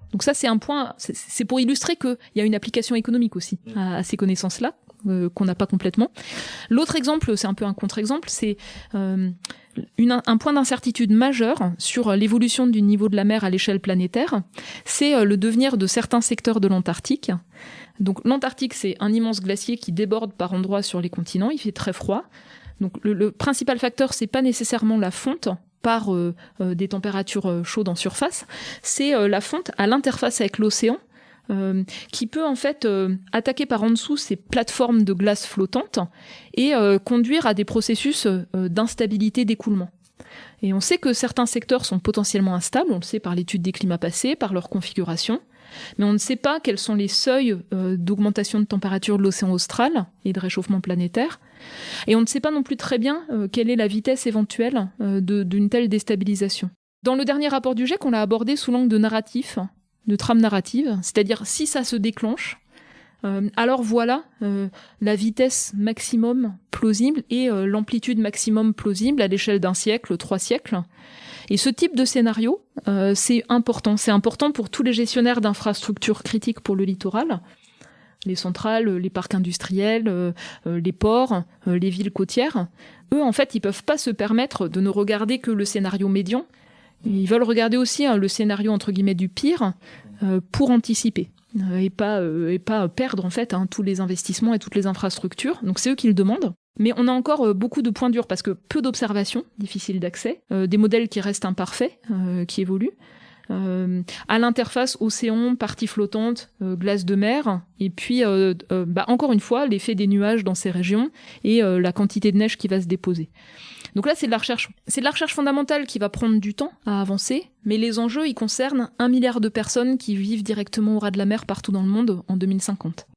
Donc ça, c'est un point, c'est, c'est pour illustrer qu'il y a une application économique aussi à, à ces connaissances-là, euh, qu'on n'a pas complètement. L'autre exemple, c'est un peu un contre-exemple, c'est euh, une, un point d'incertitude majeur sur l'évolution du niveau de la mer à l'échelle planétaire, c'est euh, le devenir de certains secteurs de l'Antarctique. Donc l'Antarctique, c'est un immense glacier qui déborde par endroits sur les continents, il fait très froid. Donc le, le principal facteur, c'est pas nécessairement la fonte par euh, euh, des températures euh, chaudes en surface, c'est euh, la fonte à l'interface avec l'océan euh, qui peut en fait euh, attaquer par en dessous ces plateformes de glace flottantes et euh, conduire à des processus euh, d'instabilité d'écoulement. Et on sait que certains secteurs sont potentiellement instables, on le sait par l'étude des climats passés, par leur configuration, mais on ne sait pas quels sont les seuils euh, d'augmentation de température de l'océan austral et de réchauffement planétaire. Et on ne sait pas non plus très bien euh, quelle est la vitesse éventuelle euh, de, d'une telle déstabilisation. Dans le dernier rapport du G I E C, on l'a abordé sous l'angle de narratif, de trame narrative, c'est-à-dire si ça se déclenche, euh, alors voilà euh, la vitesse maximum plausible et euh, l'amplitude maximum plausible à l'échelle d'un siècle, trois siècles. Et ce type de scénario, euh, c'est important. C'est important pour tous les gestionnaires d'infrastructures critiques pour le littoral, les centrales, les parcs industriels, euh, euh, les ports, euh, les villes côtières. Eux, en fait, ils peuvent pas se permettre de ne regarder que le scénario médian. Ils veulent regarder aussi hein, le scénario entre guillemets du pire euh, pour anticiper euh, et pas euh, et pas perdre en fait hein, tous les investissements et toutes les infrastructures. Donc c'est eux qui le demandent. Mais on a encore euh, beaucoup de points durs parce que peu d'observations, difficiles d'accès, euh, des modèles qui restent imparfaits, euh, qui évoluent. Euh, à l'interface océan, partie flottante, euh, glace de mer, et puis euh, euh, bah, encore une fois l'effet des nuages dans ces régions et euh, la quantité de neige qui va se déposer. Donc là c'est de la recherche, c'est de la recherche fondamentale qui va prendre du temps à avancer, mais les enjeux ils concernent un milliard de personnes qui vivent directement au ras de la mer partout dans le monde en deux mille cinquante.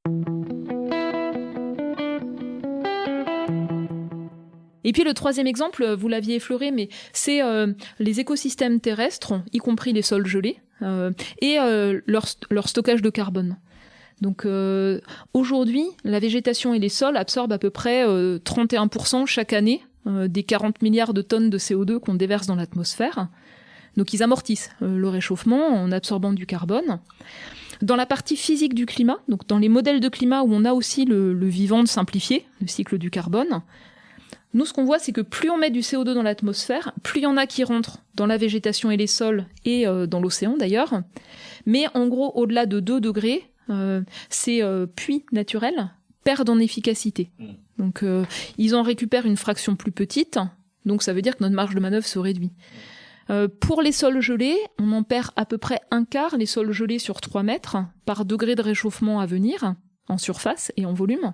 Et puis le troisième exemple, vous l'aviez effleuré, mais c'est euh, les écosystèmes terrestres, y compris les sols gelés, euh, et euh, leur, leur stockage de carbone. Donc euh, aujourd'hui, la végétation et les sols absorbent à peu près euh, trente et un pour cent chaque année euh, des quarante milliards de tonnes de C O deux qu'on déverse dans l'atmosphère. Donc ils amortissent euh, le réchauffement en absorbant du carbone. Dans la partie physique du climat, donc dans les modèles de climat où on a aussi le, le vivant simplifié, le cycle du carbone, nous, ce qu'on voit, c'est que plus on met du C O deux dans l'atmosphère, plus il y en a qui rentrent dans la végétation et les sols, et euh, dans l'océan d'ailleurs. Mais en gros, au-delà de deux degrés, euh, ces euh, puits naturels perdent en efficacité. Mmh. Donc, euh, ils en récupèrent une fraction plus petite, donc ça veut dire que notre marge de manœuvre se réduit. Euh, pour les sols gelés, on en perd à peu près un quart, les sols gelés sur trois mètres, par degré de réchauffement à venir, en surface et en volume.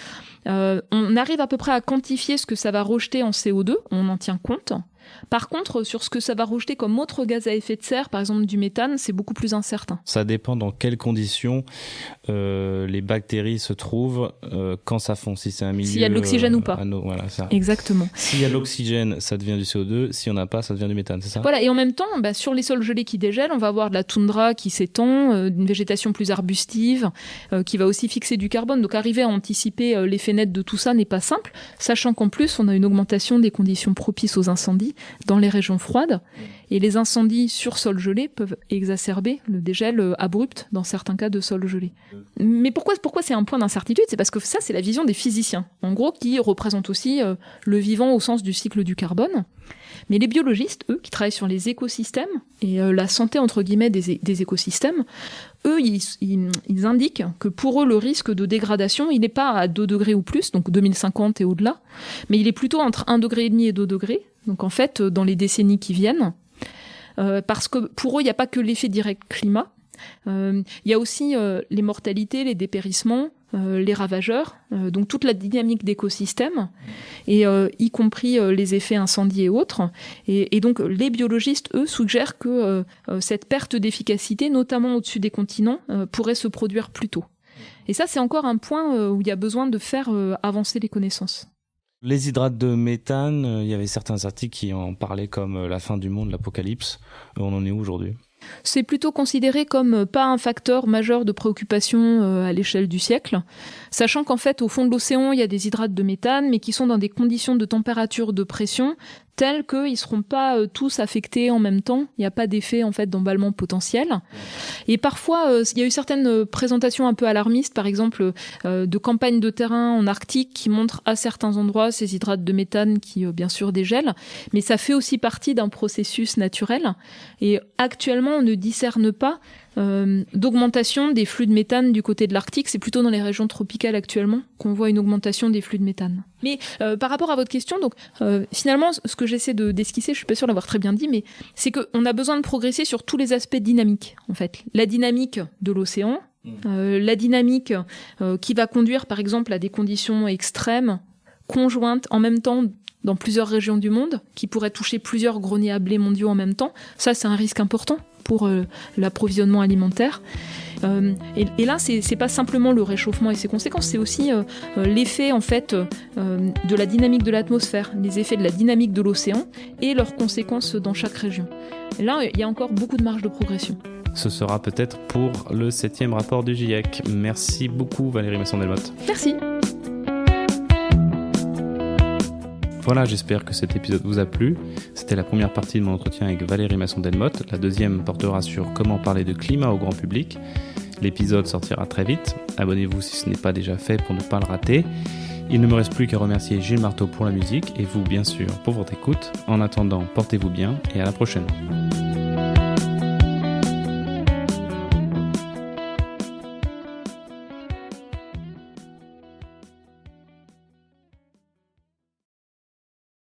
Euh, on arrive à peu près à quantifier ce que ça va rejeter en C O deux, on en tient compte. Par contre, sur ce que ça va rejeter comme autre gaz à effet de serre, par exemple du méthane, c'est beaucoup plus incertain.
Ça dépend dans quelles conditions euh, les bactéries se trouvent euh, quand ça fond. Si c'est un milieu...
S'il y a de l'oxygène
euh,
ou pas.
No... Voilà, ça.
Exactement.
S'il y a de l'oxygène, ça devient du C O deux. S'il n'y en a pas, ça devient du méthane, c'est ça ?
Voilà, et en même temps, bah, sur les sols gelés qui dégèlent, on va avoir de la toundra qui s'étend, euh, une végétation plus arbustive, euh, qui va aussi fixer du carbone. Donc arriver à anticiper euh, l'effet net de tout ça n'est pas simple, sachant qu'en plus, on a une augmentation des conditions propices aux incendies dans les régions froides. Et les incendies sur sol gelé peuvent exacerber le dégel abrupt dans certains cas de sol gelé. Mais pourquoi, pourquoi c'est un point d'incertitude ? C'est parce que ça, c'est la vision des physiciens, en gros, qui représentent aussi euh, le vivant au sens du cycle du carbone. Mais les biologistes, eux, qui travaillent sur les écosystèmes et euh, la santé, entre guillemets, des, des écosystèmes, eux, ils, ils, ils indiquent que pour eux, le risque de dégradation, il n'est pas à deux degrés ou plus, donc deux mille cinquante et au-delà, mais il est plutôt entre un virgule cinq degré et deux degrés, donc en fait, dans les décennies qui viennent. Euh, parce que pour eux, il n'y a pas que l'effet direct climat. Euh, il y a aussi euh, les mortalités, les dépérissements, euh, les ravageurs, euh, donc toute la dynamique d'écosystème, et euh, y compris euh, les effets incendies et autres. Et, et donc les biologistes, eux, suggèrent que euh, euh, cette perte d'efficacité, notamment au-dessus des continents, euh, pourrait se produire plus tôt. Et ça, c'est encore un point euh, où il y a besoin de faire euh, avancer les connaissances.
Les hydrates de méthane, il y avait certains articles qui en parlaient comme la fin du monde, l'apocalypse. On en est où aujourd'hui ?
C'est plutôt considéré comme pas un facteur majeur de préoccupation à l'échelle du siècle, sachant qu'en fait, au fond de l'océan, il y a des hydrates de méthane, mais qui sont dans des conditions de température, de pression tels qu'ils ne seront pas euh, tous affectés en même temps. Il n'y a pas d'effet en fait d'emballement potentiel. Et parfois, euh, il y a eu certaines présentations un peu alarmistes, par exemple euh, de campagnes de terrain en Arctique qui montrent à certains endroits ces hydrates de méthane qui euh, bien sûr dégèlent, mais ça fait aussi partie d'un processus naturel. Et actuellement, on ne discerne pas Euh, d'augmentation des flux de méthane du côté de l'Arctique. C'est plutôt dans les régions tropicales actuellement qu'on voit une augmentation des flux de méthane. Mais euh, par rapport à votre question, donc euh, finalement, ce que j'essaie de d'esquisser, je suis pas sûre d'avoir très bien dit, mais c'est qu'on a besoin de progresser sur tous les aspects dynamiques, en fait. La dynamique de l'océan, euh, la dynamique euh, qui va conduire, par exemple, à des conditions extrêmes, conjointes, en même temps, dans plusieurs régions du monde, qui pourraient toucher plusieurs greniers à blé mondiaux en même temps. Ça, c'est un risque important pour euh, l'approvisionnement alimentaire. Euh, et, et là, c'est, c'est pas simplement le réchauffement et ses conséquences, c'est aussi euh, euh, l'effet en fait euh, de la dynamique de l'atmosphère, les effets de la dynamique de l'océan et leurs conséquences dans chaque région. Et là, il y a encore beaucoup de marge de progression.
Ce sera peut-être pour le septième rapport du GIEC. Merci beaucoup Valérie Masson-Delmotte.
Merci.
Voilà, j'espère que cet épisode vous a plu. C'était la première partie de mon entretien avec Valérie Masson-Delmotte. La deuxième portera sur comment parler de climat au grand public. L'épisode sortira très vite. Abonnez-vous si ce n'est pas déjà fait pour ne pas le rater. Il ne me reste plus qu'à remercier Gilles Marteau pour la musique et vous, bien sûr, pour votre écoute. En attendant, portez-vous bien et à la prochaine.